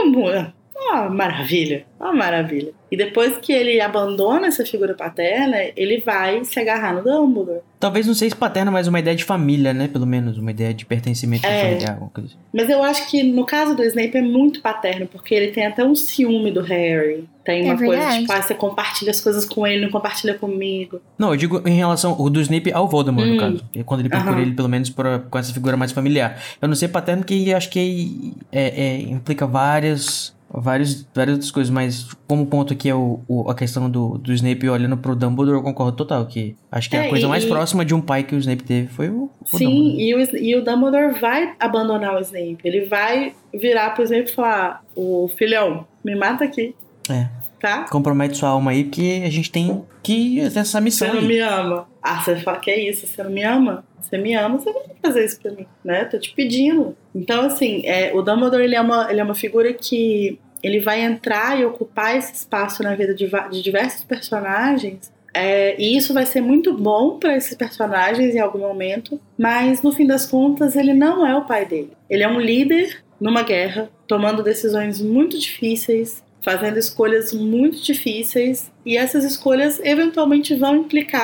Uma maravilha, uma maravilha. E depois que ele abandona essa figura paterna, ele vai se agarrar no Dumbledore. Talvez não seja paterna, mas uma ideia de família, né? Pelo menos, uma ideia de pertencimento é, familiar, alguma coisa assim. Mas eu acho que no caso do Snape é muito paterno, porque ele tem até um ciúme do Harry. Tem uma é coisa, tipo, ah, você compartilha as coisas com ele, não compartilha comigo. Não, eu digo em relação o do Snape ao Voldemort, hum. no caso. Quando ele procura uhum. ele, pelo menos, por, com essa figura mais familiar. Eu não sei paterno, que acho que é, é, implica várias... Várias, várias outras coisas, mas como ponto aqui é o, o, a questão do, do Snape olhando pro Dumbledore, eu concordo total, que acho que é, a coisa e, mais próxima de um pai que o Snape teve foi o, o sim, Dumbledore. E o, e o Dumbledore vai abandonar o Snape, ele vai virar pro Snape e falar, o filhão, me mata aqui. É. Tá? Compromete sua alma aí, porque a gente tem que ter essa missão. Você não aí. me ama. Ah, você fala que é isso, você não me ama? Você me ama, você vai fazer isso pra mim, né? Tô te pedindo. Então, assim, é, o Dumbledore, ele é, uma, ele é uma figura que ele vai entrar e ocupar esse espaço na vida de, de diversos personagens, é, e isso vai ser muito bom para esses personagens em algum momento, mas no fim das contas ele não é o pai dele. Ele é um líder numa guerra, tomando decisões muito difíceis, fazendo escolhas muito difíceis, e essas escolhas eventualmente vão implicar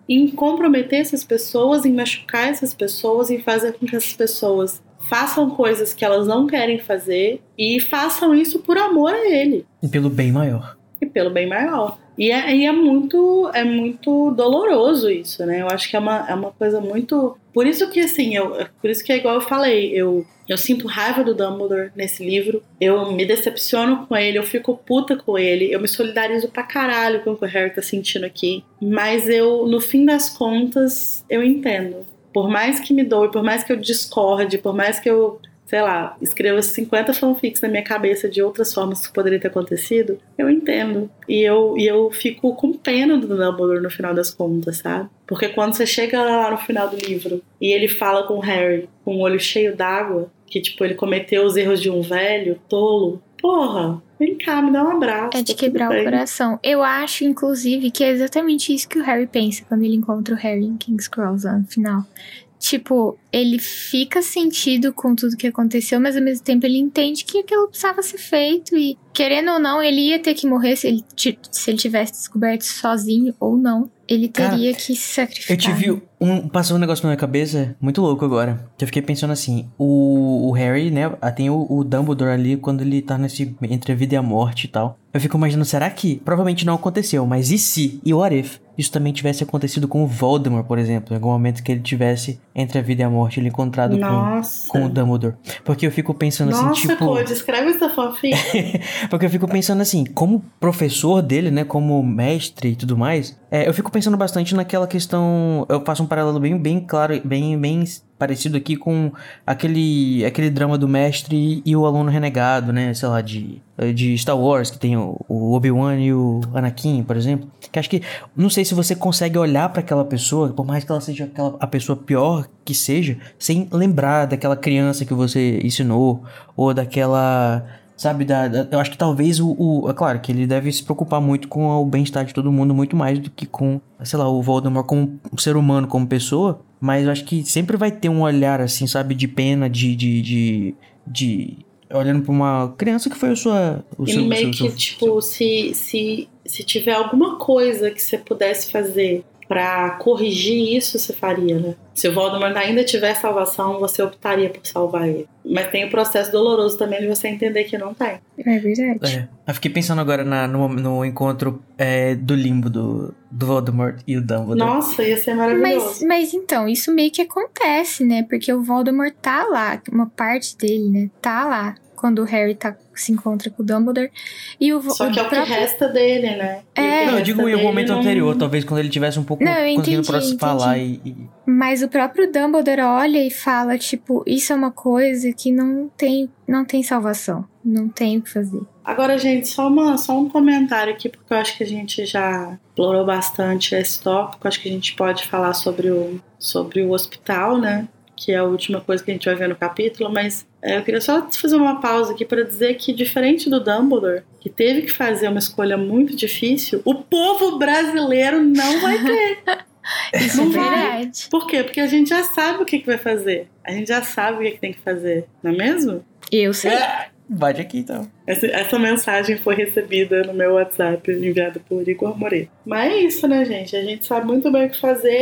em comprometer essas pessoas, em machucar essas pessoas, em fazer com que essas pessoas façam coisas que elas não querem fazer e façam isso por amor a ele. E pelo bem maior. E pelo bem maior. E é, e é, muito, é muito doloroso isso, né? Eu acho que é uma, é uma coisa muito... Por isso que, assim, eu, por isso que é igual eu falei, eu, eu sinto raiva do Dumbledore nesse livro, eu me decepciono com ele, eu fico puta com ele, eu me solidarizo pra caralho com o que o Harry tá sentindo aqui, mas eu, no fim das contas, eu entendo. Por mais que me doe, por mais que eu discorde, por mais que eu... sei lá, escrevo cinquenta fanfics na minha cabeça de outras formas que poderia ter acontecido, eu entendo. E eu, e eu fico com pena do Dumbledore no final das contas, sabe? Porque quando você chega lá no final do livro e ele fala com o Harry com o olho cheio d'água, que tipo, ele cometeu os erros de um velho, tolo, porra, vem cá, me dá um abraço. É de quebrar o coração. Eu acho, inclusive, que é exatamente isso que o Harry pensa quando ele encontra o Harry em King's Cross no final. Tipo, ele fica sentido com tudo que aconteceu, mas ao mesmo tempo ele entende que aquilo precisava ser feito e, querendo ou não, ele ia ter que morrer se ele, se ele tivesse descoberto sozinho ou não. Ele teria Cara, que se sacrificar. Eu tive um... Passou um negócio na minha cabeça muito louco agora. Eu fiquei pensando assim, o, o Harry, né, tem o, o Dumbledore ali quando ele tá nesse... entre a vida e a morte e tal. Eu fico imaginando, será que... Provavelmente não aconteceu, mas e se? E what if? Isso também tivesse acontecido com o Voldemort, por exemplo. Em algum momento que ele tivesse entre a vida e a morte, ele encontrado com, com o Dumbledore. Porque eu fico pensando Nossa, assim, tipo... Nossa, descreve essa fanfic. Porque eu fico pensando assim, como professor dele, né, como mestre e tudo mais... É, eu fico pensando bastante naquela questão... Eu faço um paralelo bem, bem claro, bem, bem parecido aqui com aquele, aquele drama do mestre e o aluno renegado, né? Sei lá, de, de Star Wars, que tem o, o Obi-Wan e o Anakin, por exemplo. Que acho que... Não sei se você consegue olhar pra aquela pessoa, por mais que ela seja aquela, a pessoa pior que seja, sem lembrar daquela criança que você ensinou, ou daquela... Sabe, da, da, eu acho que talvez o, o... É claro que ele deve se preocupar muito com o bem-estar de todo mundo, muito mais do que com, sei lá, o Voldemort como um ser humano, como pessoa. Mas eu acho que sempre vai ter um olhar, assim, sabe, de pena, de... de, de, de olhando pra uma criança que foi a sua... O e seu, meio seu, que, seu, tipo, seu... Se, se, se tiver alguma coisa que você pudesse fazer pra corrigir isso, você faria, né? Se o Voldemort ainda tiver salvação, você optaria por salvar ele. Mas tem o processo doloroso também de você entender que não tem. É verdade. É, eu fiquei pensando agora na, no, no encontro é, do limbo do, do Voldemort e o Dumbledore. Nossa, ia ser maravilhoso. Mas, mas então, isso meio que acontece, né? Porque o Voldemort tá lá, uma parte dele, né? Tá lá. Quando o Harry tá, se encontra com o Dumbledore. E o, Só o que é o próprio... que resta dele, né? É. Não, eu digo em algum momento não... anterior, talvez quando ele tivesse um pouco não, eu conseguindo entendi, falar entendi. e, e... Mas o próprio Dumbledore olha e fala, tipo, isso é uma coisa que não tem, não tem salvação. Não tem o que fazer. Agora, gente, só, uma, só um comentário aqui, porque eu acho que a gente já explorou bastante esse tópico. Acho que a gente pode falar sobre o, sobre o hospital, né? Que é a última coisa que a gente vai ver no capítulo, mas é, eu queria só fazer uma pausa aqui para dizer que, diferente do Dumbledore, que teve que fazer uma escolha muito difícil, o povo brasileiro não vai ter. Isso não é vai. verdade. Por quê? Porque a gente já sabe o que, que vai fazer. A gente já sabe o que, que tem que fazer, não é mesmo? Eu sei. É. Bate aqui, então. Essa, essa mensagem foi recebida no meu WhatsApp, enviada por Igor Moreira. Mas é isso, né, gente? A gente sabe muito bem o que fazer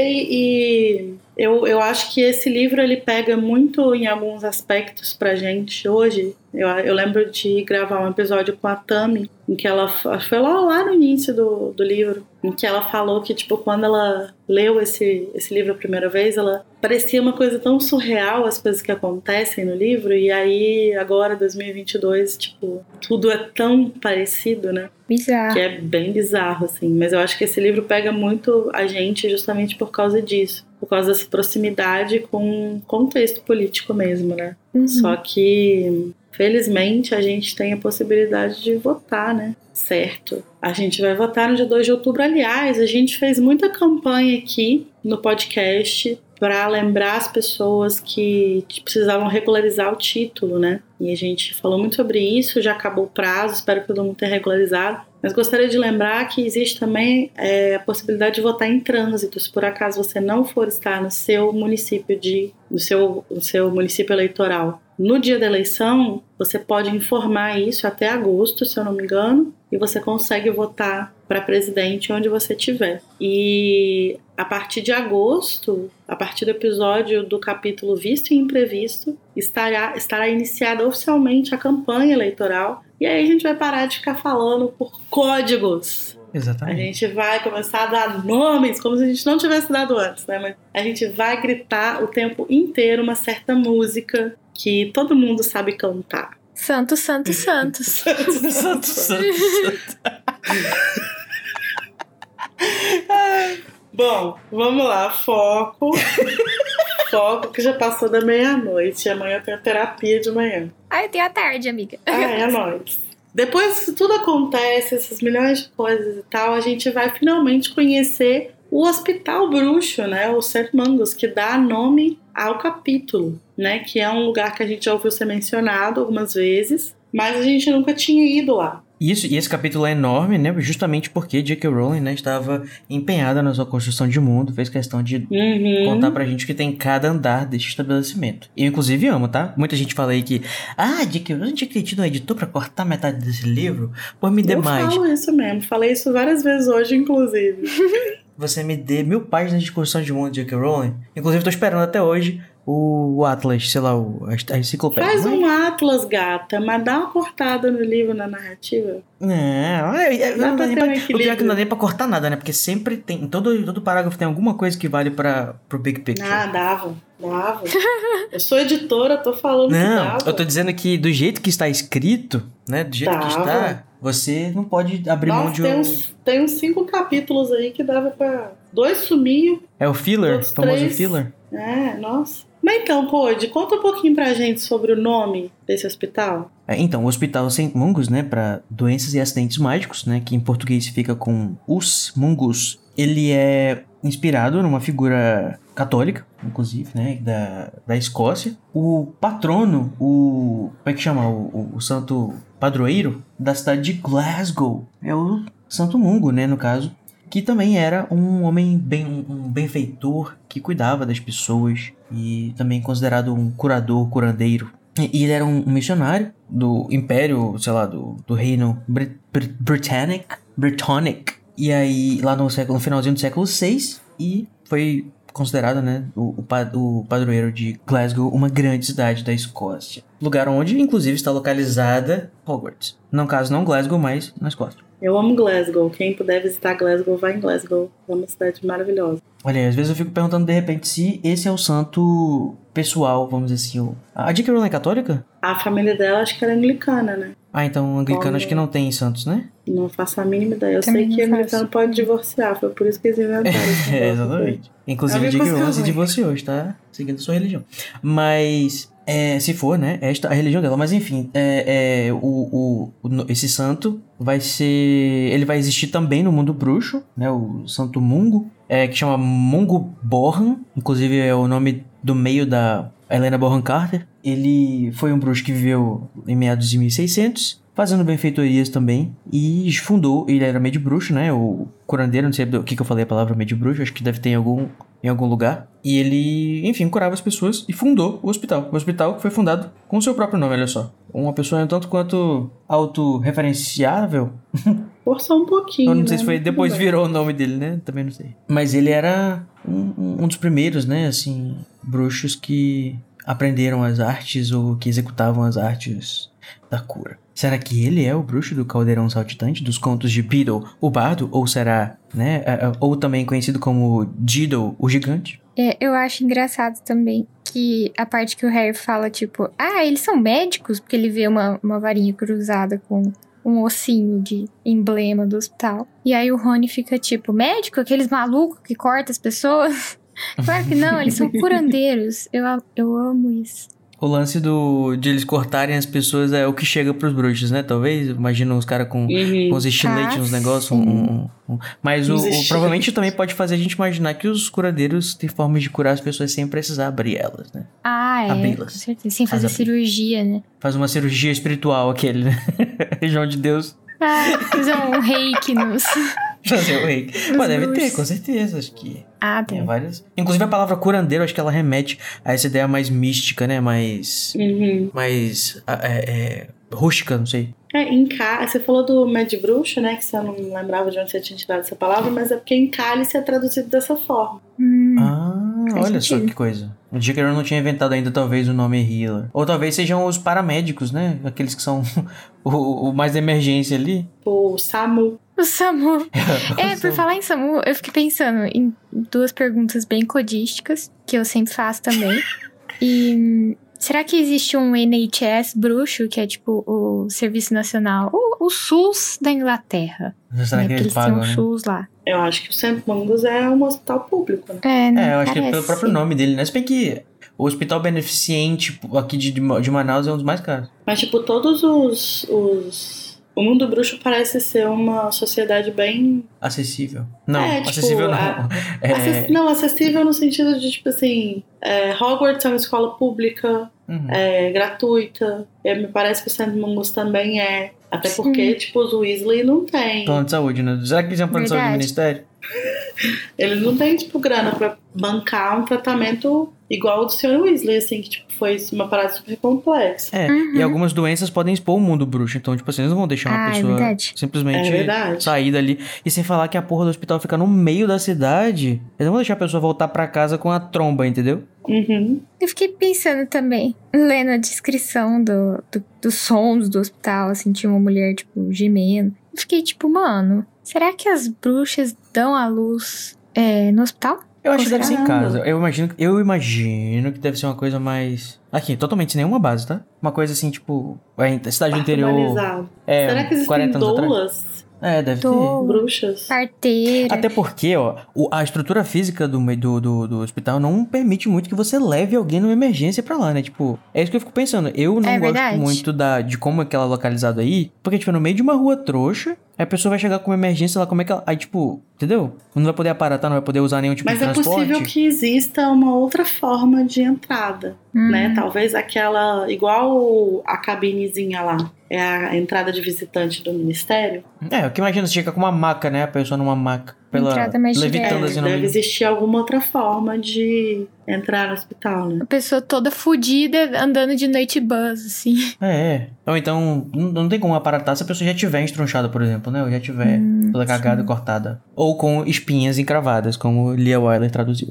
e eu, eu acho que esse livro, ele pega muito em alguns aspectos pra gente hoje. Eu, eu lembro de gravar um episódio com a Tami, em que ela... Foi lá, lá no início do, do livro, em que ela falou que, tipo, quando ela leu esse, esse livro a primeira vez, ela parecia uma coisa tão surreal, as coisas que acontecem no livro, e aí, agora, dois mil e vinte e dois, tipo, tudo é tão parecido, né? Bizarro. Que é bem bizarro, assim. Mas eu acho que esse livro pega muito a gente justamente por causa disso. Por causa dessa proximidade com o contexto político mesmo, né? Uhum. Só que, felizmente, a gente tem a possibilidade de votar, né? Certo. A gente vai votar no dia dois de outubro. Aliás, a gente fez muita campanha aqui no podcast para lembrar as pessoas que precisavam regularizar o título, né? E a gente falou muito sobre isso, já acabou o prazo, espero que todo mundo tenha regularizado. Mas gostaria de lembrar que existe também é, a possibilidade de votar em trânsito, se por acaso você não for estar no seu município, de, no seu, no seu município eleitoral. no dia da eleição, você pode informar isso até agosto, se eu não me engano, e você consegue votar para presidente onde você estiver. E a partir de agosto, a partir do episódio do capítulo Visto e Imprevisto, estará, estará iniciada oficialmente a campanha eleitoral. E aí a gente vai parar de ficar falando por códigos. Exatamente. A gente vai começar a dar nomes, como se a gente não tivesse dado antes, né? Mas a gente vai gritar o tempo inteiro uma certa música que todo mundo sabe cantar. Santos, Santos, Santos. Santos, Santos, Santos. Bom, vamos lá, foco. Foco que já passou da meia-noite. Amanhã eu tenho terapia de manhã. Ah, eu tenho a tarde, amiga. Ah, é nóis. Depois que tudo acontece, essas milhões de coisas e tal, a gente vai finalmente conhecer o Hospital Bruxo, né? O Saint Mungus, que dá nome ao capítulo, né? Que é um lugar que a gente já ouviu ser mencionado algumas vezes, mas a gente nunca tinha ido lá. Isso, e esse capítulo é enorme, né? Justamente porque J K. Rowling, né, estava empenhada na sua construção de mundo, fez questão de uhum. contar pra gente o que tem em cada andar desse estabelecimento. Eu, inclusive, amo, tá? Muita gente fala aí que, ah, J K. Rowling tinha tido um editor pra cortar metade desse livro, por me dê Eu mais. Eu falo isso mesmo, falei isso várias vezes hoje, inclusive. Você me dê mil páginas de construção de mundo de J K. Rowling. Inclusive, tô esperando até hoje o Atlas, sei lá, o, a enciclopédia. Faz um Atlas, gata, mas dá uma cortada no livro, na narrativa. Não, é, é, dá não, pra nem ter pra, um o equilíbrio. pior é que não dá nem pra cortar nada, né? Porque sempre tem, em todo, todo parágrafo tem alguma coisa que vale pra, pro big picture. Ah, dava, dava. Eu sou editora, tô falando não, que dava. Eu tô dizendo que do jeito que está escrito, né? Do jeito dava. que está, você não pode abrir Nossa, mão de tem um... uns, tem uns cinco capítulos aí que dava pra... Dois sumiam. É o filler, o famoso três. filler. É, nossa. Mas então, Pod, conta um pouquinho pra gente sobre o nome desse hospital. É, então, o Hospital Saint Mungus, né, para doenças e acidentes mágicos, né, que em português fica com Os Mungus, ele é inspirado numa figura católica, inclusive, né, da, da Escócia. O patrono, o... como é que chama? O, o, o santo padroeiro da cidade de Glasgow. É o Santo Mungo, né, no caso. Que também era um homem bem, um benfeitor que cuidava das pessoas e também considerado um curador, curandeiro. E ele era um missionário do Império, sei lá, do, do Reino Brit- Brit- Britannic, Britannic. E aí, lá no, século, no finalzinho do século seis, e foi considerado, né, o, o, o padroeiro de Glasgow, uma grande cidade da Escócia. Lugar onde, inclusive, está localizada Hogwarts. No caso, não Glasgow, mas na Escócia. Eu amo Glasgow. Quem puder visitar Glasgow, vai em Glasgow. É uma cidade maravilhosa. Olha, às vezes eu fico perguntando, de repente, se esse é o santo pessoal, vamos dizer assim. A J K. Rowling é católica? A família dela acho que era anglicana, né? Ah, então anglicano Como... acho que não tem santos, né? Não faço a mínima ideia. Eu Também sei que não anglicano faço. pode divorciar. Foi por isso que eles inventaram esse É, negócio. exatamente. Inclusive É a J K. Rowling se ruim. divorciou, está seguindo a sua religião. Mas, é, se for, né, esta é a religião dela. Mas enfim, é, é, o, o, o, esse santo vai ser... Ele vai existir também no mundo bruxo, né, o Santo Mungo, é, que chama Mungo Borhan. Inclusive é o nome do meio da Helena Bonham Carter. Ele foi um bruxo que viveu em meados de mil e seiscentos, fazendo benfeitorias também, e fundou, ele era meio de bruxo, né, o curandeiro, não sei o que, que eu falei a palavra meio de bruxo, acho que deve ter em algum, em algum lugar, e ele, enfim, curava as pessoas e fundou o hospital, o hospital que foi fundado com o seu próprio nome, olha só, uma pessoa um tanto quanto autorreferenciável. Forçou um pouquinho, Eu não sei né? se foi, depois virou o nome dele, né, também não sei. Mas ele era um, um dos primeiros, né, assim, bruxos que aprenderam as artes ou que executavam as artes da cura. Será que ele é o bruxo do caldeirão saltitante dos contos de Beedle, o bardo? Ou será, né, ou também conhecido como Diddle, o gigante? É, eu acho engraçado também que a parte que o Harry fala, tipo, ah, eles são médicos, porque ele vê uma, uma varinha cruzada com um ossinho de emblema do hospital. E aí o Rony fica tipo, médico? Aqueles malucos que cortam as pessoas? Claro que não, eles são curandeiros. Eu, eu amo isso. O lance do, de eles cortarem as pessoas é o que chega pros bruxos, né? Talvez. Imagina os caras com, Uhum. com os estiletes Ah, nos negócios. sim. Um, um, um. Mas o, Os o, estiletes. provavelmente também pode fazer a gente imaginar que os curandeiros têm formas de curar as pessoas sem precisar abrir elas, né? Ah, é, Abri-las. com certeza. Sem Faz fazer abrir. cirurgia, né? Faz uma cirurgia espiritual aquele, né? Região de Deus. Ah, fazer um reiki nos... Trazer o reiki. Os Mas deve ter, bruxos. com certeza. Acho que Ah, tem tem. várias. Inclusive a palavra curandeiro, acho que ela remete a essa ideia mais mística, né? Mais. Uhum. Mais. É, é, rústica, não sei. É, Inca, você falou do Med Bruxo, né? Que você não lembrava de onde você tinha tirado essa palavra, mas é porque em cálice é traduzido dessa forma. Hum, Ah, faz olha só sentido. que coisa. O J K. Rowling não tinha inventado ainda, talvez, o nome healer. Ou talvez sejam os paramédicos, né? Aqueles que são o, o mais de emergência ali. O Samu. O Samu. É, por falar em Samu, eu fiquei pensando em duas perguntas bem codísticas, que eu sempre faço também. E hum, será que existe um N H S bruxo, que é tipo o Serviço Nacional, o, o SUS da Inglaterra? Será Né? que Porque eles eles têm pagam, um né? SUS lá. Eu acho que o Saint Mungus é um hospital público, né? É, não É, eu acho que é pelo parece. próprio nome dele, né? Se bem que o hospital beneficente aqui de, de Manaus é um dos mais caros. Mas, tipo, todos os, os... O mundo bruxo parece ser uma sociedade bem... Acessível. Não, É, tipo, acessível não. a- É, Acess- Não, acessível no sentido de, tipo assim... é, Hogwarts é uma escola pública, uhum. é, gratuita. E me parece que o Saint Mungus também é. Até Sim. porque, tipo, os Weasley não tem. Plano de saúde, né? Será que eles têm um plano de saúde do Verdade. ministério? Eles não têm, tipo, grana pra bancar um tratamento igual o do senhor Weasley, assim, que, tipo, foi uma parada super complexa. É, Uhum. e algumas doenças podem expor o mundo bruxo. Então, tipo assim, eles não vão deixar uma Ah, é pessoa verdade. simplesmente É verdade. sair dali. E sem falar que a porra do hospital fica no meio da cidade. Eles não vão deixar a pessoa voltar pra casa com a tromba, entendeu? Uhum. Eu fiquei pensando também, lendo a descrição do, do- dos sons do hospital, assim, tinha uma mulher, tipo, gemendo. Eu fiquei tipo, mano, será que as bruxas dão à luz é, no hospital? Eu acho que deve ser em Caramba. casa. Eu imagino, eu imagino que deve ser uma coisa mais... Aqui, totalmente sem nenhuma base, tá? Uma coisa assim, tipo... A cidade do interior... Humanizado. É, Será que existem quarenta anos atrás. doulas, É, deve Dou- ter. bruxas? Parteira. Até porque, ó, o- a estrutura física do, me- do, do, do hospital não permite muito que você leve alguém numa emergência pra lá, né? Tipo, é isso que eu fico pensando. Eu não É gosto verdade. muito da, de como é que ela é localizada aí, porque, tipo, é no meio de uma rua trouxa, aí a pessoa vai chegar com uma emergência lá, como é que ela... Aí, tipo, entendeu? Não vai poder aparatar, não vai poder usar nenhum tipo Mas de é transporte. possível que exista uma outra forma de entrada, Hum. né? Talvez aquela... Igual a cabinezinha lá. É a entrada de visitante do ministério. É, eu que imagino, você chega com uma maca, né? A pessoa numa maca. Pela, Entrada mais levitando direta. assim no deve meio. existir alguma outra forma de entrar no hospital, né? A pessoa toda fodida andando de noite bus, assim. É, é. Ou então, não, não tem como aparatar se a pessoa já tiver estronchada, por exemplo, né? Ou já tiver Hum, toda cagada e cortada. Ou com espinhas encravadas, como Lia Wyler traduziu.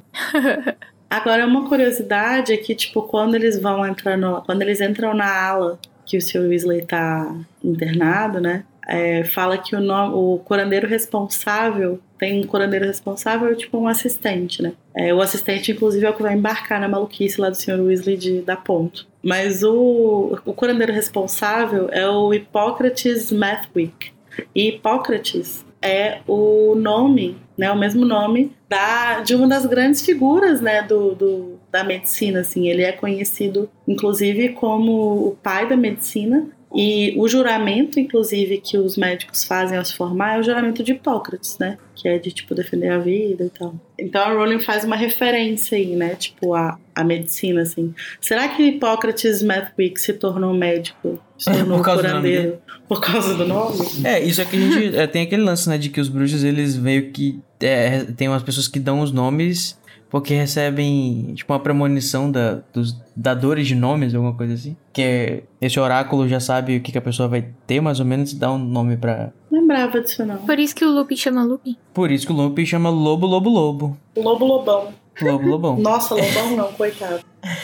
Agora, uma curiosidade é que, tipo, quando eles vão entrar no, quando eles entram na ala que o senhor Weasley tá internado, né? É, fala que o, nome, o curandeiro responsável, tem um curandeiro responsável e, tipo, um assistente, né? É, o assistente, inclusive, é o que vai embarcar na maluquice lá do senhor Weasley de dar ponto. Mas o, o curandeiro responsável é o Hippocrates Mathwick. E Hipócrates é o nome, né, o mesmo nome da, de uma das grandes figuras, né, do, do, da medicina, assim. Ele é conhecido, inclusive, como o pai da medicina. E o juramento, inclusive, que os médicos fazem ao se formar é o juramento de Hipócrates, né? Que é de, tipo, defender a vida e tal. Então a Rowling faz uma referência aí, né? Tipo, a, a medicina, assim. Será que Hipócrates Mathwick se tornou médico? Se tornou Por causa do nome curandeiro? Por causa do nome? É, isso é que a gente... é, tem aquele lance, né? De que os bruxos, eles meio que... É, tem umas pessoas que dão os nomes porque recebem, tipo, uma premonição da, dos dadores de nomes, alguma coisa assim. Que é, esse oráculo já sabe o que, que a pessoa vai ter, mais ou menos, e dá um nome pra... Não lembrava disso, não. Por isso que o Lupin chama Lupin. Por isso que o Lupin chama Lobo, Lobo, Lobo. Lobo Lobão. Lobo, Lobão. Nossa, Lobão não, coitado.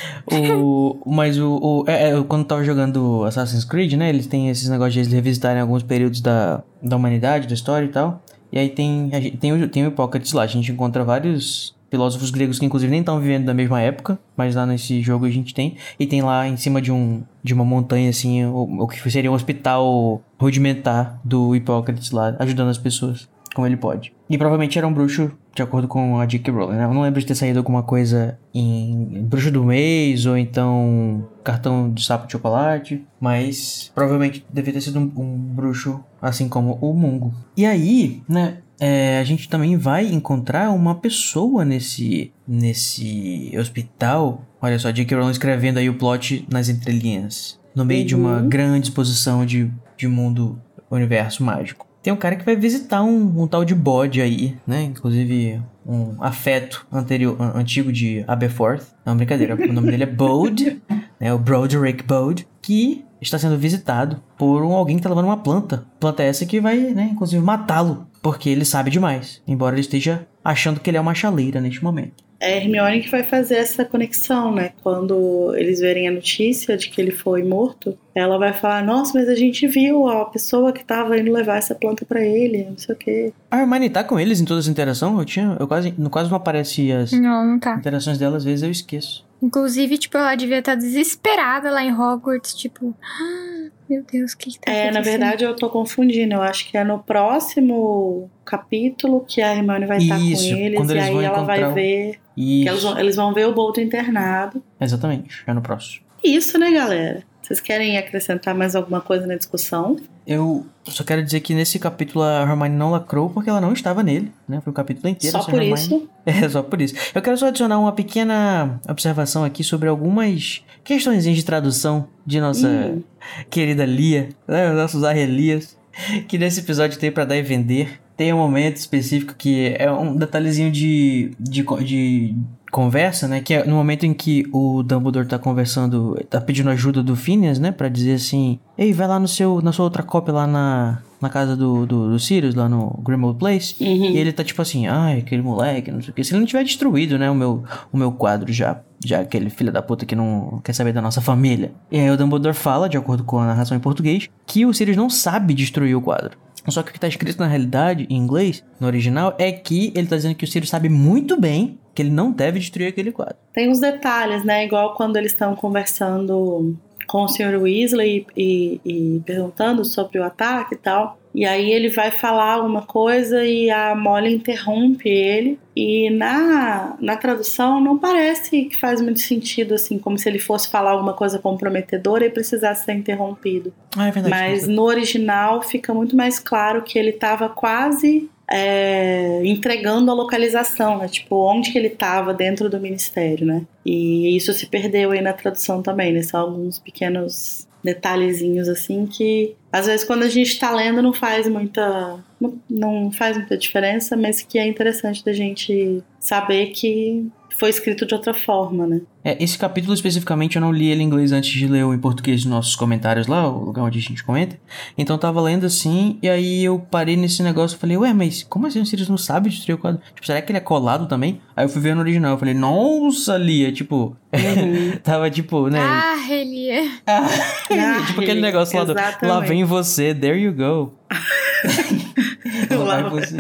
O, mas o, o é, é, quando eu tava jogando Assassin's Creed, né? Eles têm esses negócios de eles revisitarem alguns períodos da, da humanidade, da história e tal. E aí tem, a gente, tem, o, tem o Hipócrates lá. A gente encontra vários filósofos gregos que inclusive nem estão vivendo da mesma época. Mas lá nesse jogo a gente tem. E tem lá em cima de, um, de uma montanha, assim, o, o que seria um hospital rudimentar do Hipócrates lá, ajudando as pessoas como ele pode. E provavelmente era um bruxo, de acordo com a J K. Rowling, né? Eu não lembro de ter saído alguma coisa em Bruxo do Mês, ou então Cartão de Sapo de Chocolate, mas provavelmente devia ter sido um, um bruxo, assim como o Mungo. E aí, né, é, a gente também vai encontrar uma pessoa nesse, nesse hospital. Olha só, a J K. Rowling escrevendo aí o plot nas entrelinhas, no meio Uhum. de uma grande exposição de, de mundo, universo mágico. Tem um cara que vai visitar um, um tal de bode aí, né? Inclusive um afeto anterior, antigo de Aberforth. Não, brincadeira, o nome dele é Bode, né? O Broderick Bode, que está sendo visitado por um, alguém que está levando uma planta. Planta essa que vai, né, inclusive matá-lo, porque ele sabe demais, embora ele esteja achando que ele é uma chaleira neste momento. É a Hermione que vai fazer essa conexão, né? Quando eles verem a notícia de que ele foi morto, ela vai falar, nossa, mas a gente viu a pessoa que tava indo levar essa planta pra ele, não sei o quê. A Hermione tá com eles em toda essa interação? Eu tinha, eu quase, no quase não aparece as Não, não tá. interações dela, às vezes eu esqueço. Inclusive, tipo, ela devia estar desesperada lá em Hogwarts, tipo... Ah, meu Deus, o que que tá É, acontecendo? na verdade eu tô confundindo, eu acho que é no próximo capítulo que a Hermione vai estar com Isso, eles, quando e eles aí vão ela encontrar vai o- ver, Isso, que eles vão, eles vão ver o Bolton internado. exatamente, é no próximo. Isso, né, galera? Vocês querem acrescentar mais alguma coisa na discussão? Eu só quero dizer que nesse capítulo a Hermione não lacrou porque ela não estava nele, né? Foi o capítulo inteiro. Só essa por Hermione. isso? É, só por isso. Eu quero só adicionar uma pequena observação aqui sobre algumas questões de tradução de nossa Hum. querida Lia, né? Nossos Arrelias, que nesse episódio tem pra dar e vender. Tem um momento específico que é um detalhezinho de, de, de conversa, né? Que é no momento em que o Dumbledore tá conversando, tá pedindo ajuda do Phineas, né? Pra dizer assim, ei, vai lá no seu, na sua outra cópia lá na, na casa do, do, do Sirius, lá no Grimmauld Place. Uhum. E ele tá tipo assim, ai, aquele moleque, não sei o que. Se ele não tiver destruído, né, o meu, o meu quadro já. Já aquele filho da puta que não quer saber da nossa família. E aí o Dumbledore fala, de acordo com a narração em português, que o Sirius não sabe destruir o quadro. Só que o que tá escrito na realidade, em inglês, no original, é que ele tá dizendo que o Sirius sabe muito bem que ele não deve destruir aquele quadro. Tem uns detalhes, né? Igual quando eles estão conversando com o senhor Weasley e, e, e perguntando sobre o ataque e tal. E aí ele vai falar alguma coisa e a Molly interrompe ele. E na, na tradução não parece que faz muito sentido, assim, como se ele fosse falar alguma coisa comprometedora e precisasse ser interrompido. Ah, é verdade. Mas no original fica muito mais claro que ele estava quase é, entregando a localização, né? Tipo, onde que ele estava dentro do ministério, né? E isso se perdeu aí na tradução também, né? São alguns pequenos detalhezinhos assim que às vezes quando a gente tá lendo não faz muita não, não faz muita diferença, mas que é interessante da gente saber que foi escrito de outra forma, né? É, esse capítulo especificamente eu não li ele em inglês antes de ler o em português nos nossos comentários lá, o lugar onde a gente comenta. Então eu tava lendo assim, e aí eu parei nesse negócio e falei, ué, mas como assim o Sirius não sabe destruir o quadro? Tipo, será que ele é colado também? Aí eu fui ver no original, eu falei, nossa, Lia, tipo... Uhum. tava tipo, né... Ah, ele é. Ah, Ah, tipo aquele negócio lá do... exatamente. Lá vem você, there you go. Lá Lá vai você.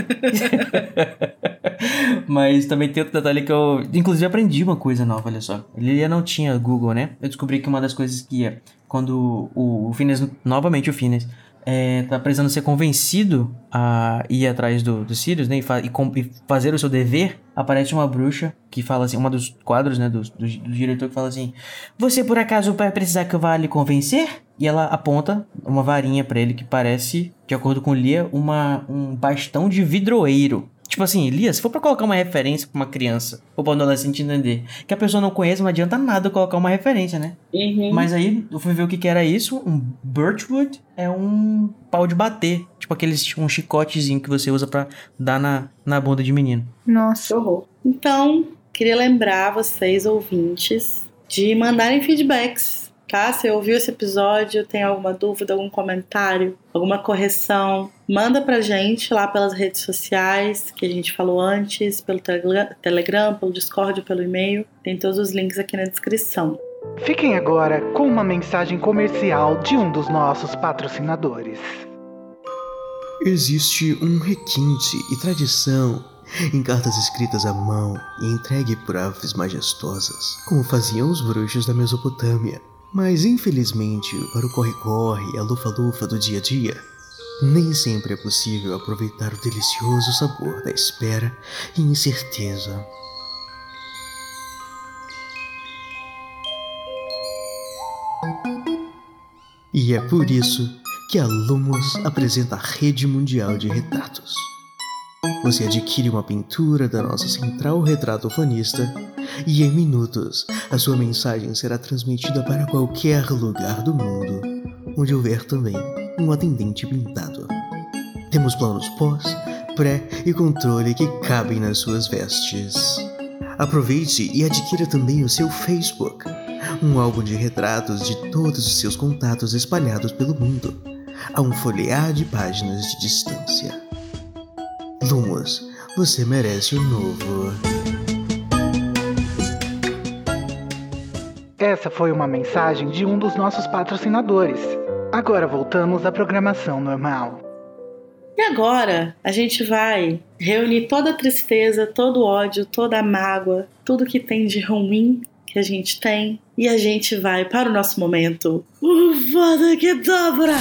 Mas também tem outro detalhe que eu... Inclusive aprendi uma coisa nova, olha só. Ele não tinha Google, né? Eu descobri que uma das coisas que é... Quando o, o Phineas... Novamente o Phineas... É, tá precisando ser convencido a ir atrás do, do Sirius, né? E, fa- e, com- e fazer o seu dever. Aparece uma bruxa que fala assim... Uma dos quadros, né? Do, do, do diretor que fala assim... Você por acaso vai precisar que eu vá lhe convencer? E ela aponta uma varinha pra ele que parece, de acordo com Lia, uma, um bastão de vidroeiro. Tipo assim, Lia, se for pra colocar uma referência pra uma criança ou pra um adolescente entender que a pessoa não conhece, não adianta nada colocar uma referência, né? Uhum. Mas aí eu fui ver o que que era isso. Um Birchwood é um pau de bater. Tipo aqueles, um chicotezinho que você usa pra dar na, na bunda de menino. Que Nossa. horror. Então, queria lembrar vocês, ouvintes, de mandarem feedbacks, tá? Se ouviu esse episódio, tem alguma dúvida, algum comentário, alguma correção, manda pra gente lá pelas redes sociais, que a gente falou antes, pelo Telegram, Telegram, pelo Discord, pelo e-mail. Tem todos os links aqui na descrição. Fiquem agora com uma mensagem comercial de um dos nossos patrocinadores. Existe um requinte e tradição em cartas escritas à mão e entregue por aves majestosas, como faziam os bruxos da Mesopotâmia. Mas infelizmente, para o corre-corre e a lufa-lufa do dia a dia, nem sempre é possível aproveitar o delicioso sabor da espera e incerteza. E é por isso que a Lumos apresenta a Rede Mundial de Retratos. Você adquire uma pintura da nossa central retratofonista e em minutos a sua mensagem será transmitida para qualquer lugar do mundo, onde houver também um atendente pintado. Temos planos pós, pré e controle que cabem nas suas vestes. Aproveite e adquira também o seu Facebook, um álbum de retratos de todos os seus contatos espalhados pelo mundo, a um folhear de páginas de distância. Lumos, você merece o novo. Essa foi uma mensagem de um dos nossos patrocinadores. Agora voltamos à programação normal. E agora a gente vai reunir toda a tristeza, todo o ódio, toda a mágoa, tudo que tem de ruim que a gente tem, e a gente vai para o nosso momento Avada Kedavra!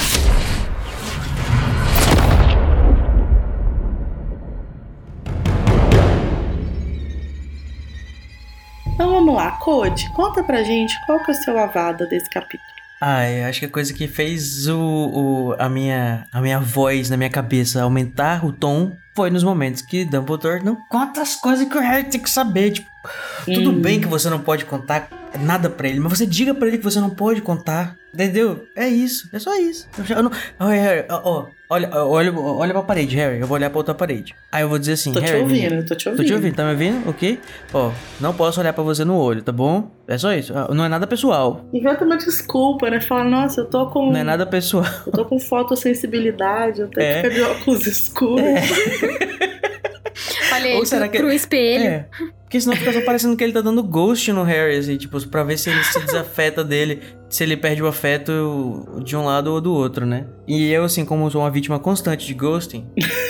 Então vamos lá, Code, conta pra gente qual que é o seu Avada desse capítulo. Ah, eu acho que a coisa que fez o, o, a, minha, a minha voz na minha cabeça aumentar o tom foi nos momentos que Dumbledore não conta as coisas que o Harry tem que saber. Tipo, tudo Hum. bem que você não pode contar nada pra ele, mas você diga pra ele que você não pode contar. Entendeu? É isso, é só isso. Eu, já- eu não, oh, Harry, ó, ó, olha, olha, olha pra parede, Harry. Eu vou olhar pra outra parede. Aí eu vou dizer assim, Tô te Harry, ouvindo, menino, tô te tô ouvindo. te ouvindo, tá me ouvindo? Ok? Ó, não posso olhar pra você no olho, tá bom? É só isso. Ah, não é nada pessoal. Inventa uma desculpa, né? Fala, nossa, eu tô com. Não é nada pessoal. Eu tô com fotossensibilidade, eu tenho É. que ficar de óculos escuros. Olha aí Ou será pro, que- pro espelho. É, porque senão fica só parecendo que ele tá dando ghost no Harry, assim, tipo, pra ver se ele se desafeta dele, se ele perde o afeto de um lado ou do outro, né? E eu, assim, como sou uma vítima constante de ghosting,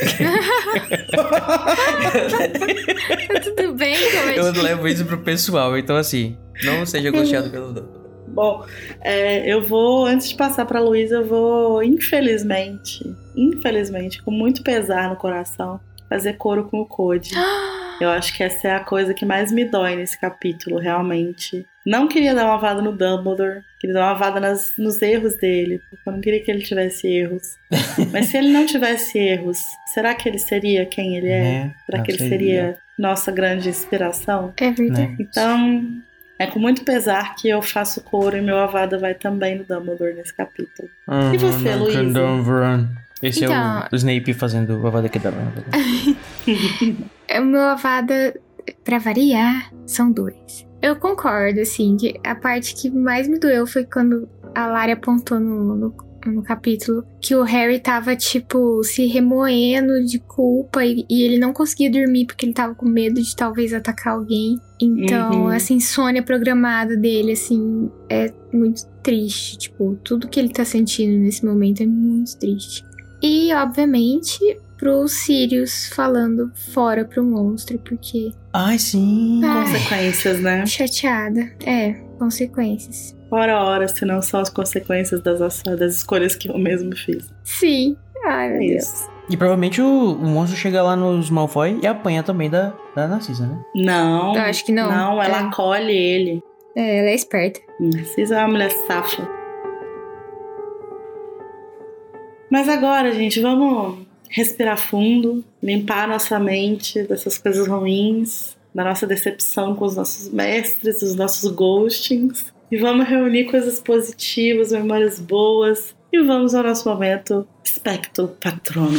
Tá tudo bem, eu Code? levo isso pro pessoal. Então, assim, não seja ghosteado pelo Dumbledore. Bom, é, eu vou, antes de passar pra Luísa, eu vou, infelizmente, infelizmente, com muito pesar no coração, fazer coro com o Code. Eu acho que essa é a coisa que mais me dói nesse capítulo, realmente. Não queria dar uma vada no Dumbledore, queria dar uma vada nas, nos erros dele, porque eu não queria que ele tivesse erros. Mas se ele não tivesse erros, será que ele seria quem ele é? Né? Será Não que ele seria. seria nossa grande inspiração? É verdade. Né? Então, é com muito pesar que eu faço coro e meu Avada vai também no Dumbledore nesse capítulo. E você, Luísa? Esse Então- é o, o Snape fazendo o Avada Kedavra, na verdade. O meu Avada, pra variar, são dois. Eu concordo, assim, que a parte que mais me doeu foi quando a Lari apontou no, no, no capítulo que o Harry tava, tipo, se remoendo de culpa e, e ele não conseguia dormir porque ele tava com medo de talvez atacar alguém. Então, Uhum. essa insônia programada dele, assim, é muito triste. Tipo, tudo que ele tá sentindo nesse momento é muito triste. E, obviamente, pro Sirius falando fora pro monstro, porque Ai, sim. Ai. Consequências, né? chateada. É, consequências. Ora, ora, se não são as consequências das ações, das escolhas que eu mesmo fiz. Sim. Ai, meu É Deus. isso. E provavelmente o, o monstro chega lá nos Malfoy e apanha também da, da Narcisa, né? Não. Eu acho que não. Não, ela É. acolhe ele. É, ela é esperta. Narcisa é uma mulher safa. Mas agora, gente, vamos respirar fundo, limpar nossa mente dessas coisas ruins, da nossa decepção com os nossos mestres, os nossos ghostings. E vamos reunir coisas positivas, memórias boas. E vamos ao nosso momento Expecto Patronum.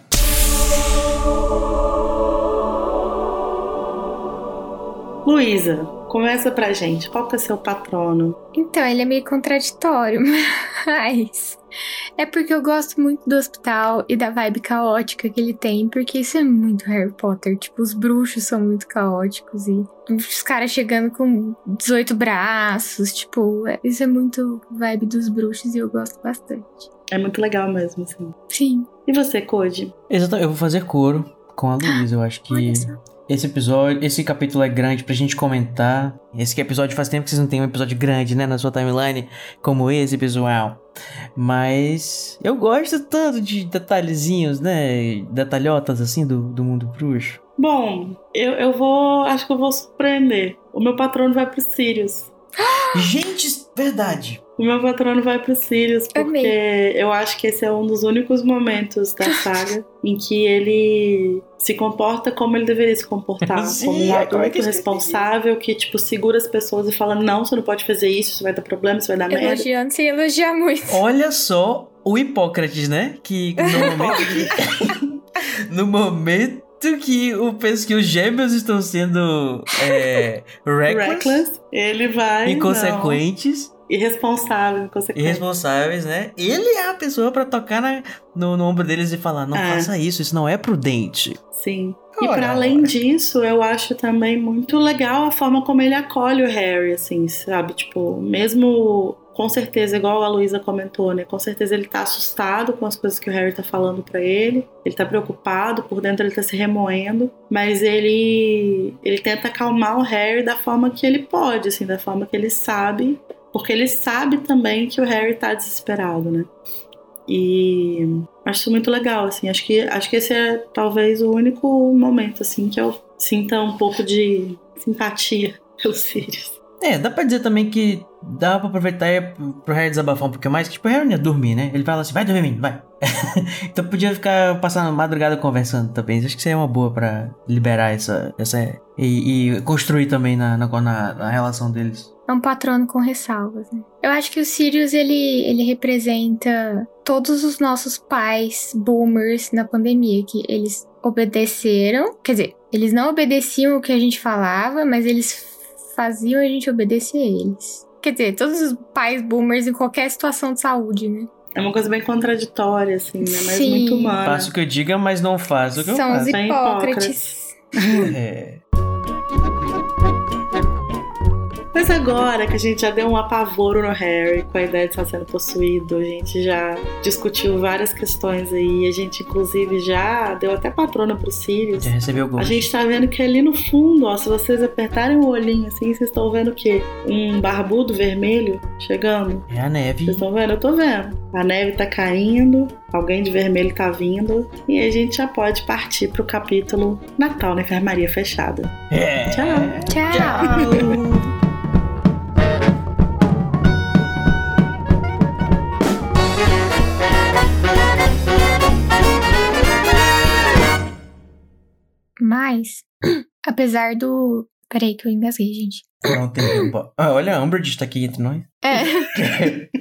Luísa, começa pra gente. Qual que é seu patrono? Então, ele é meio contraditório, mas é porque eu gosto muito do hospital e da vibe caótica que ele tem, porque isso é muito Harry Potter. Tipo, os bruxos são muito caóticos e os caras chegando com dezoito braços, tipo, é- isso é muito vibe dos bruxos e eu gosto bastante. É muito legal mesmo, assim. Sim, E você, Code? Exatamente, eu vou fazer coro com a Luísa. Eu acho que olha só. esse episódio, esse capítulo é grande pra gente comentar. Esse episódio faz tempo que vocês não têm um episódio grande, né, na sua timeline, como esse, pessoal. Mas eu gosto tanto de detalhezinhos, né, detalhotas assim do, do mundo bruxo. Bom, eu, eu vou... Acho que eu vou surpreender. O meu patrono vai pro Sirius. Gente, verdade. O meu patrono vai pro Sirius, porque Amei. eu acho que esse é um dos únicos momentos da saga em que ele se comporta como ele deveria se comportar. Sim, como um como é adulto que eu esqueci responsável que, tipo, segura as pessoas e fala: não, você não pode fazer isso, isso vai dar problema, isso vai dar merda. Elogiando sem elogiar muito. Olha só o Hipócrates, né? Que no momento que, no momento que, o, que os gêmeos estão sendo é, reckless, reckless, ele vai... inconsequentes... Não. Irresponsável, inconsequente. Irresponsáveis, né? Ele é a pessoa pra tocar na, no, no ombro deles e falar, não é. faça isso, isso não é prudente. Sim. E para além disso, eu acho também muito legal a forma como ele acolhe o Harry, assim, sabe? Tipo, mesmo... Com certeza, igual a Luísa comentou, né? Com certeza ele tá assustado com as coisas que o Harry tá falando pra ele. Ele tá preocupado, por dentro ele tá se remoendo. Mas ele, ele tenta acalmar o Harry da forma que ele pode, assim, da forma que ele sabe. Porque ele sabe também que o Harry tá desesperado, né? E acho isso muito legal, assim. Acho que, acho que esse é talvez o único momento, assim, que eu sinta um pouco de simpatia pelo Sirius. É, dá pra dizer também que dá pra aproveitar e pro Harry desabafar um pouquinho mais, que tipo, o Harry não ia dormir, né? Ele fala assim, vai dormir, menino, vai. Então podia ficar passando a madrugada conversando também. Acho que seria uma boa pra liberar essa... essa e, e construir também na, na, na, na relação deles. É um patrono com ressalvas, né? Eu acho que o Sirius, ele, ele representa todos os nossos pais boomers na pandemia, que eles obedeceram, quer dizer, eles não obedeciam o que a gente falava, mas eles faziam a gente obedecer a eles. Quer dizer, todos os pais boomers em qualquer situação de saúde, né? É uma coisa bem contraditória, assim, né? Mas Sim. muito humana. Faço o que eu diga, mas não faço o que eu São faço. os Hipócrates. É... Mas agora que a gente já deu um apavoro no Harry com a ideia de estar sendo possuído, a gente já discutiu várias questões aí, a gente inclusive já deu até patrona pro Sirius. Já recebeu alguns. A gente tá vendo que ali no fundo, ó, se vocês apertarem o olhinho assim, vocês estão vendo o quê? Um barbudo vermelho chegando. É a neve. Vocês estão vendo? Eu tô vendo. A neve tá caindo, alguém de vermelho tá vindo, e a gente já pode partir pro capítulo Natal na Enfermaria Fechada. É. Tchau. Tchau. Tchau. Mas, apesar do... Peraí que eu engasguei, gente. Pronto, ah, olha, a Umbridge tá aqui entre nós. É.